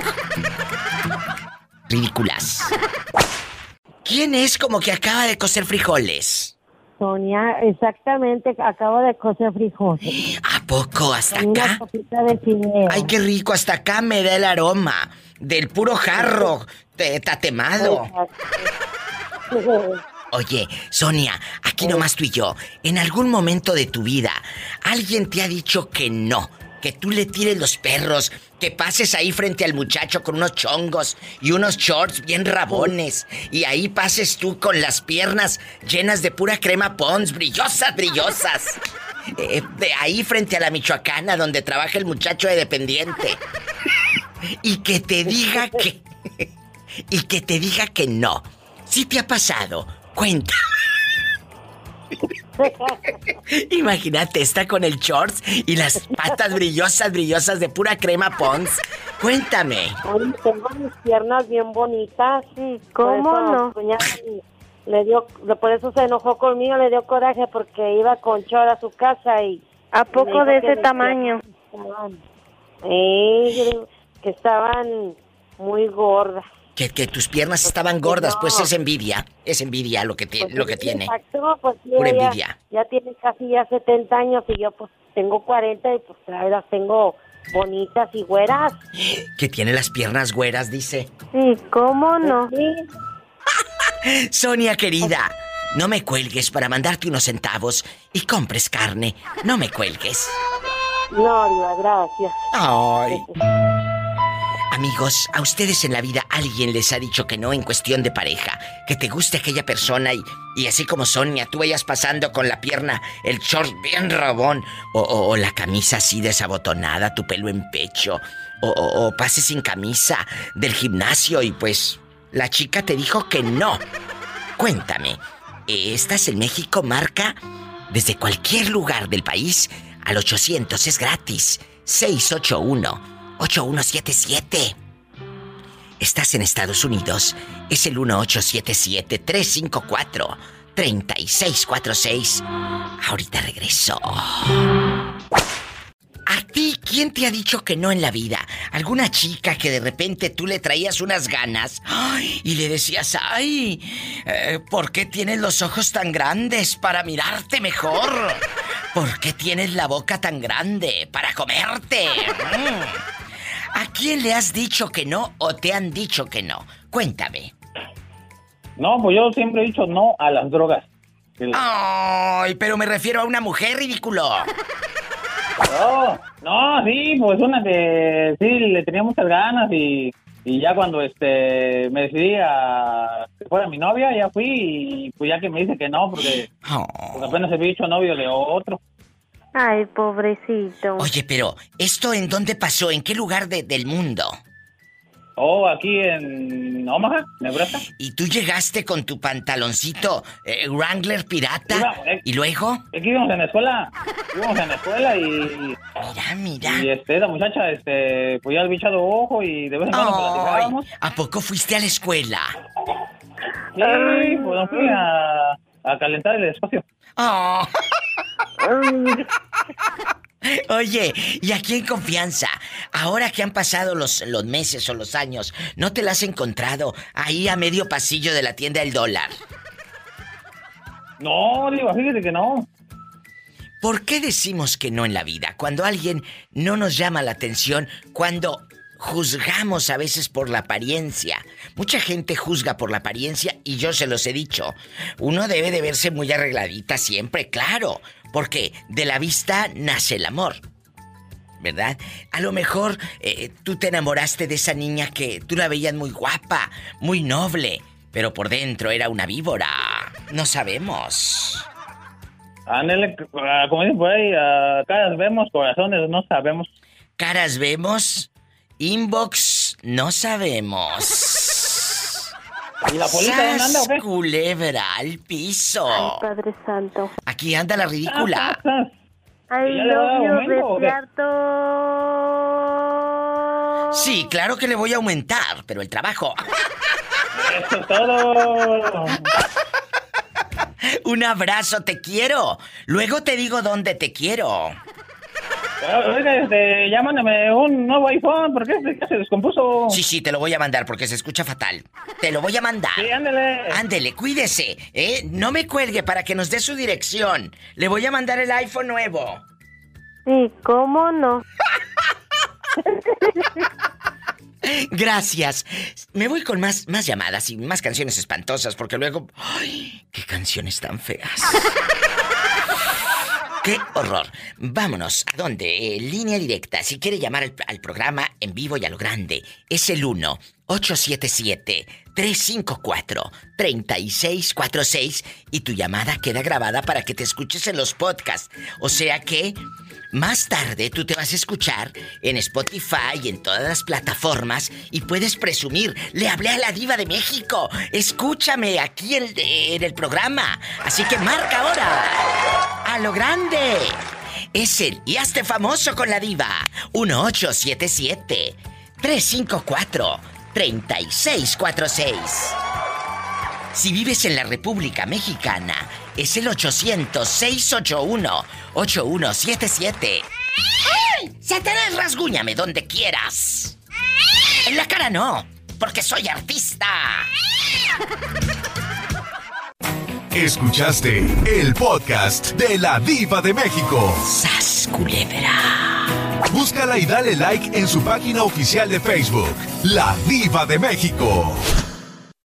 Ridículas. ¿Quién es como que acaba de cocer frijoles? Sonia, exactamente, acabo de cocer frijoles. ¿A poco? ¿Hasta acá? Una copita de fideo. Ay, qué rico. Hasta acá me da el aroma del puro jarro de tatemado. Oye, Sonia, aquí nomás tú y yo. En algún momento de tu vida, alguien te ha dicho que no, que tú le tires los perros, que pases ahí frente al muchacho con unos chongos y unos shorts bien rabones, y ahí pases tú con las piernas llenas de pura crema Pond's, brillosas, brillosas. Eh, de ahí frente a la Michoacana, donde trabaja el muchacho de dependiente. Y que te diga que... y que te diga que no. ¿Sí te ha pasado? Cuenta. Imagínate, está con el shorts y las patas brillosas, brillosas de pura crema Pond's. Cuéntame. Ay, tengo mis piernas bien bonitas. Sí, ¿cómo no? Le dio, por eso se enojó conmigo, le dio coraje porque iba con short a su casa y... ¿A poco de ese tamaño? Eh, que estaban muy gordas. Que, que tus piernas estaban gordas, pues es envidia, es envidia lo que, te, pues lo que tiene. Exacto, pues pura envidia. Ya, ya tiene casi ya setenta años y yo pues tengo cuarenta y pues las tengo bonitas y güeras. Que tiene las piernas güeras, dice. Sí, ¿cómo no? Sí. Sonia, querida, no me cuelgues para mandarte unos centavos y compres carne. No me cuelgues. No, Diva, gracias. Ay. Amigos, a ustedes en la vida alguien les ha dicho que no en cuestión de pareja, que te guste aquella persona y, y así como Sonia, tú vayas pasando con la pierna, el short bien rabón, o, o, o la camisa así desabotonada, tu pelo en pecho, o, o, o pases sin camisa del gimnasio y pues la chica te dijo que no. Cuéntame, ¿estás en México? Marca desde cualquier lugar del país al ochocientos, es gratis, seis ocho uno, ocho uno siete siete. ¿Estás en Estados Unidos? Es el uno ocho siete siete, tres cinco cuatro, tres seis cuatro seis. Ahorita regreso. ¿A ti quién te ha dicho que no en la vida? ¿Alguna chica que de repente tú le traías unas ganas ay, y le decías, ay, eh, ¿por qué tienes los ojos tan grandes para mirarte mejor? ¿Por qué tienes la boca tan grande para comerte? Mm. ¿A quién le has dicho que no o te han dicho que no? Cuéntame. No, pues yo siempre he dicho no a las drogas. Ay, pero me refiero a una mujer, ridículo. No, no, sí, pues una que sí le tenía muchas ganas y, y ya cuando este me decidí a que fuera mi novia, ya fui y pues ya que me dice que no, porque, oh. porque apenas había hecho novio de otro. Ay, pobrecito. Oye, pero ¿esto en dónde pasó? ¿En qué lugar de, del mundo? Oh, aquí en Omaha, Nebraska. ¿Y tú llegaste con tu pantaloncito eh, Wrangler pirata? Iba, eh, ¿Y luego? Aquí íbamos en la escuela, íbamos en la escuela y... Mira, mira. Y este, la muchacha, este, pues ya había echado ojo y de vez en cuando platicábamos. ¿A poco fuiste a la escuela? Sí, pues nos fui a, a calentar el espacio. Oh. Oye, y aquí en confianza, ahora que han pasado los, los meses o los años, ¿no te la has encontrado ahí a medio pasillo de la tienda del dólar? No, digo, fíjate que no. ¿Por qué decimos que no en la vida? Cuando alguien no nos llama la atención, cuando juzgamos a veces por la apariencia. Mucha gente juzga por la apariencia y yo se los he dicho. Uno debe de verse muy arregladita siempre, claro, porque de la vista nace el amor, ¿verdad? A lo mejor eh, tú te enamoraste de esa niña que tú la veías muy guapa, muy noble, pero por dentro era una víbora. No sabemos. Ándale, como dicen por ahí, uh, caras vemos, corazones no sabemos. Caras vemos, inbox no sabemos. ¿Y la polita dónde anda o qué? Culebra al piso. Ay, Padre Santo. Aquí anda la ridícula. Ay, love you, despierto. Sí, claro que le voy a aumentar, pero el trabajo. Eso es todo. Un abrazo, te quiero. Luego te digo dónde te quiero. Oiga, este, ya mándame un nuevo iPhone, porque este ya se descompuso. Sí, sí, te lo voy a mandar porque se escucha fatal. Te lo voy a mandar. Sí, ándele. Ándele, cuídese, ¿eh? No me cuelgue para que nos dé su dirección. Le voy a mandar el iPhone nuevo. Sí, ¿cómo no? Gracias. Me voy con más, más llamadas y más canciones espantosas porque luego... ¡Ay! ¡Qué canciones tan feas! ¡Qué horror! Vámonos. ¿A dónde? Eh, línea directa. Si quiere llamar al, al programa en vivo y a lo grande, es el uno ocho siete siete, tres cinco cuatro, tres seis cuatro seis y tu llamada queda grabada para que te escuches en los podcasts. O sea que más tarde tú te vas a escuchar en Spotify y en todas las plataformas y puedes presumir. Le hablé a la Diva de México. Escúchame aquí en, en el programa. Así que marca ahora. A lo grande. Es el y hazte famoso con la Diva. uno ocho siete siete, tres cinco cuatro, tres seis cuatro seis. Si vives en la República Mexicana, es el ochocientos, seis ocho uno, ocho uno siete siete. ¡Ay! ¡Satanás, rasguñame donde quieras! En la cara no, porque soy artista. Escuchaste el podcast de La Diva de México. ¡Sas, culebra! Búscala y dale like en su página oficial de Facebook, La Diva de México.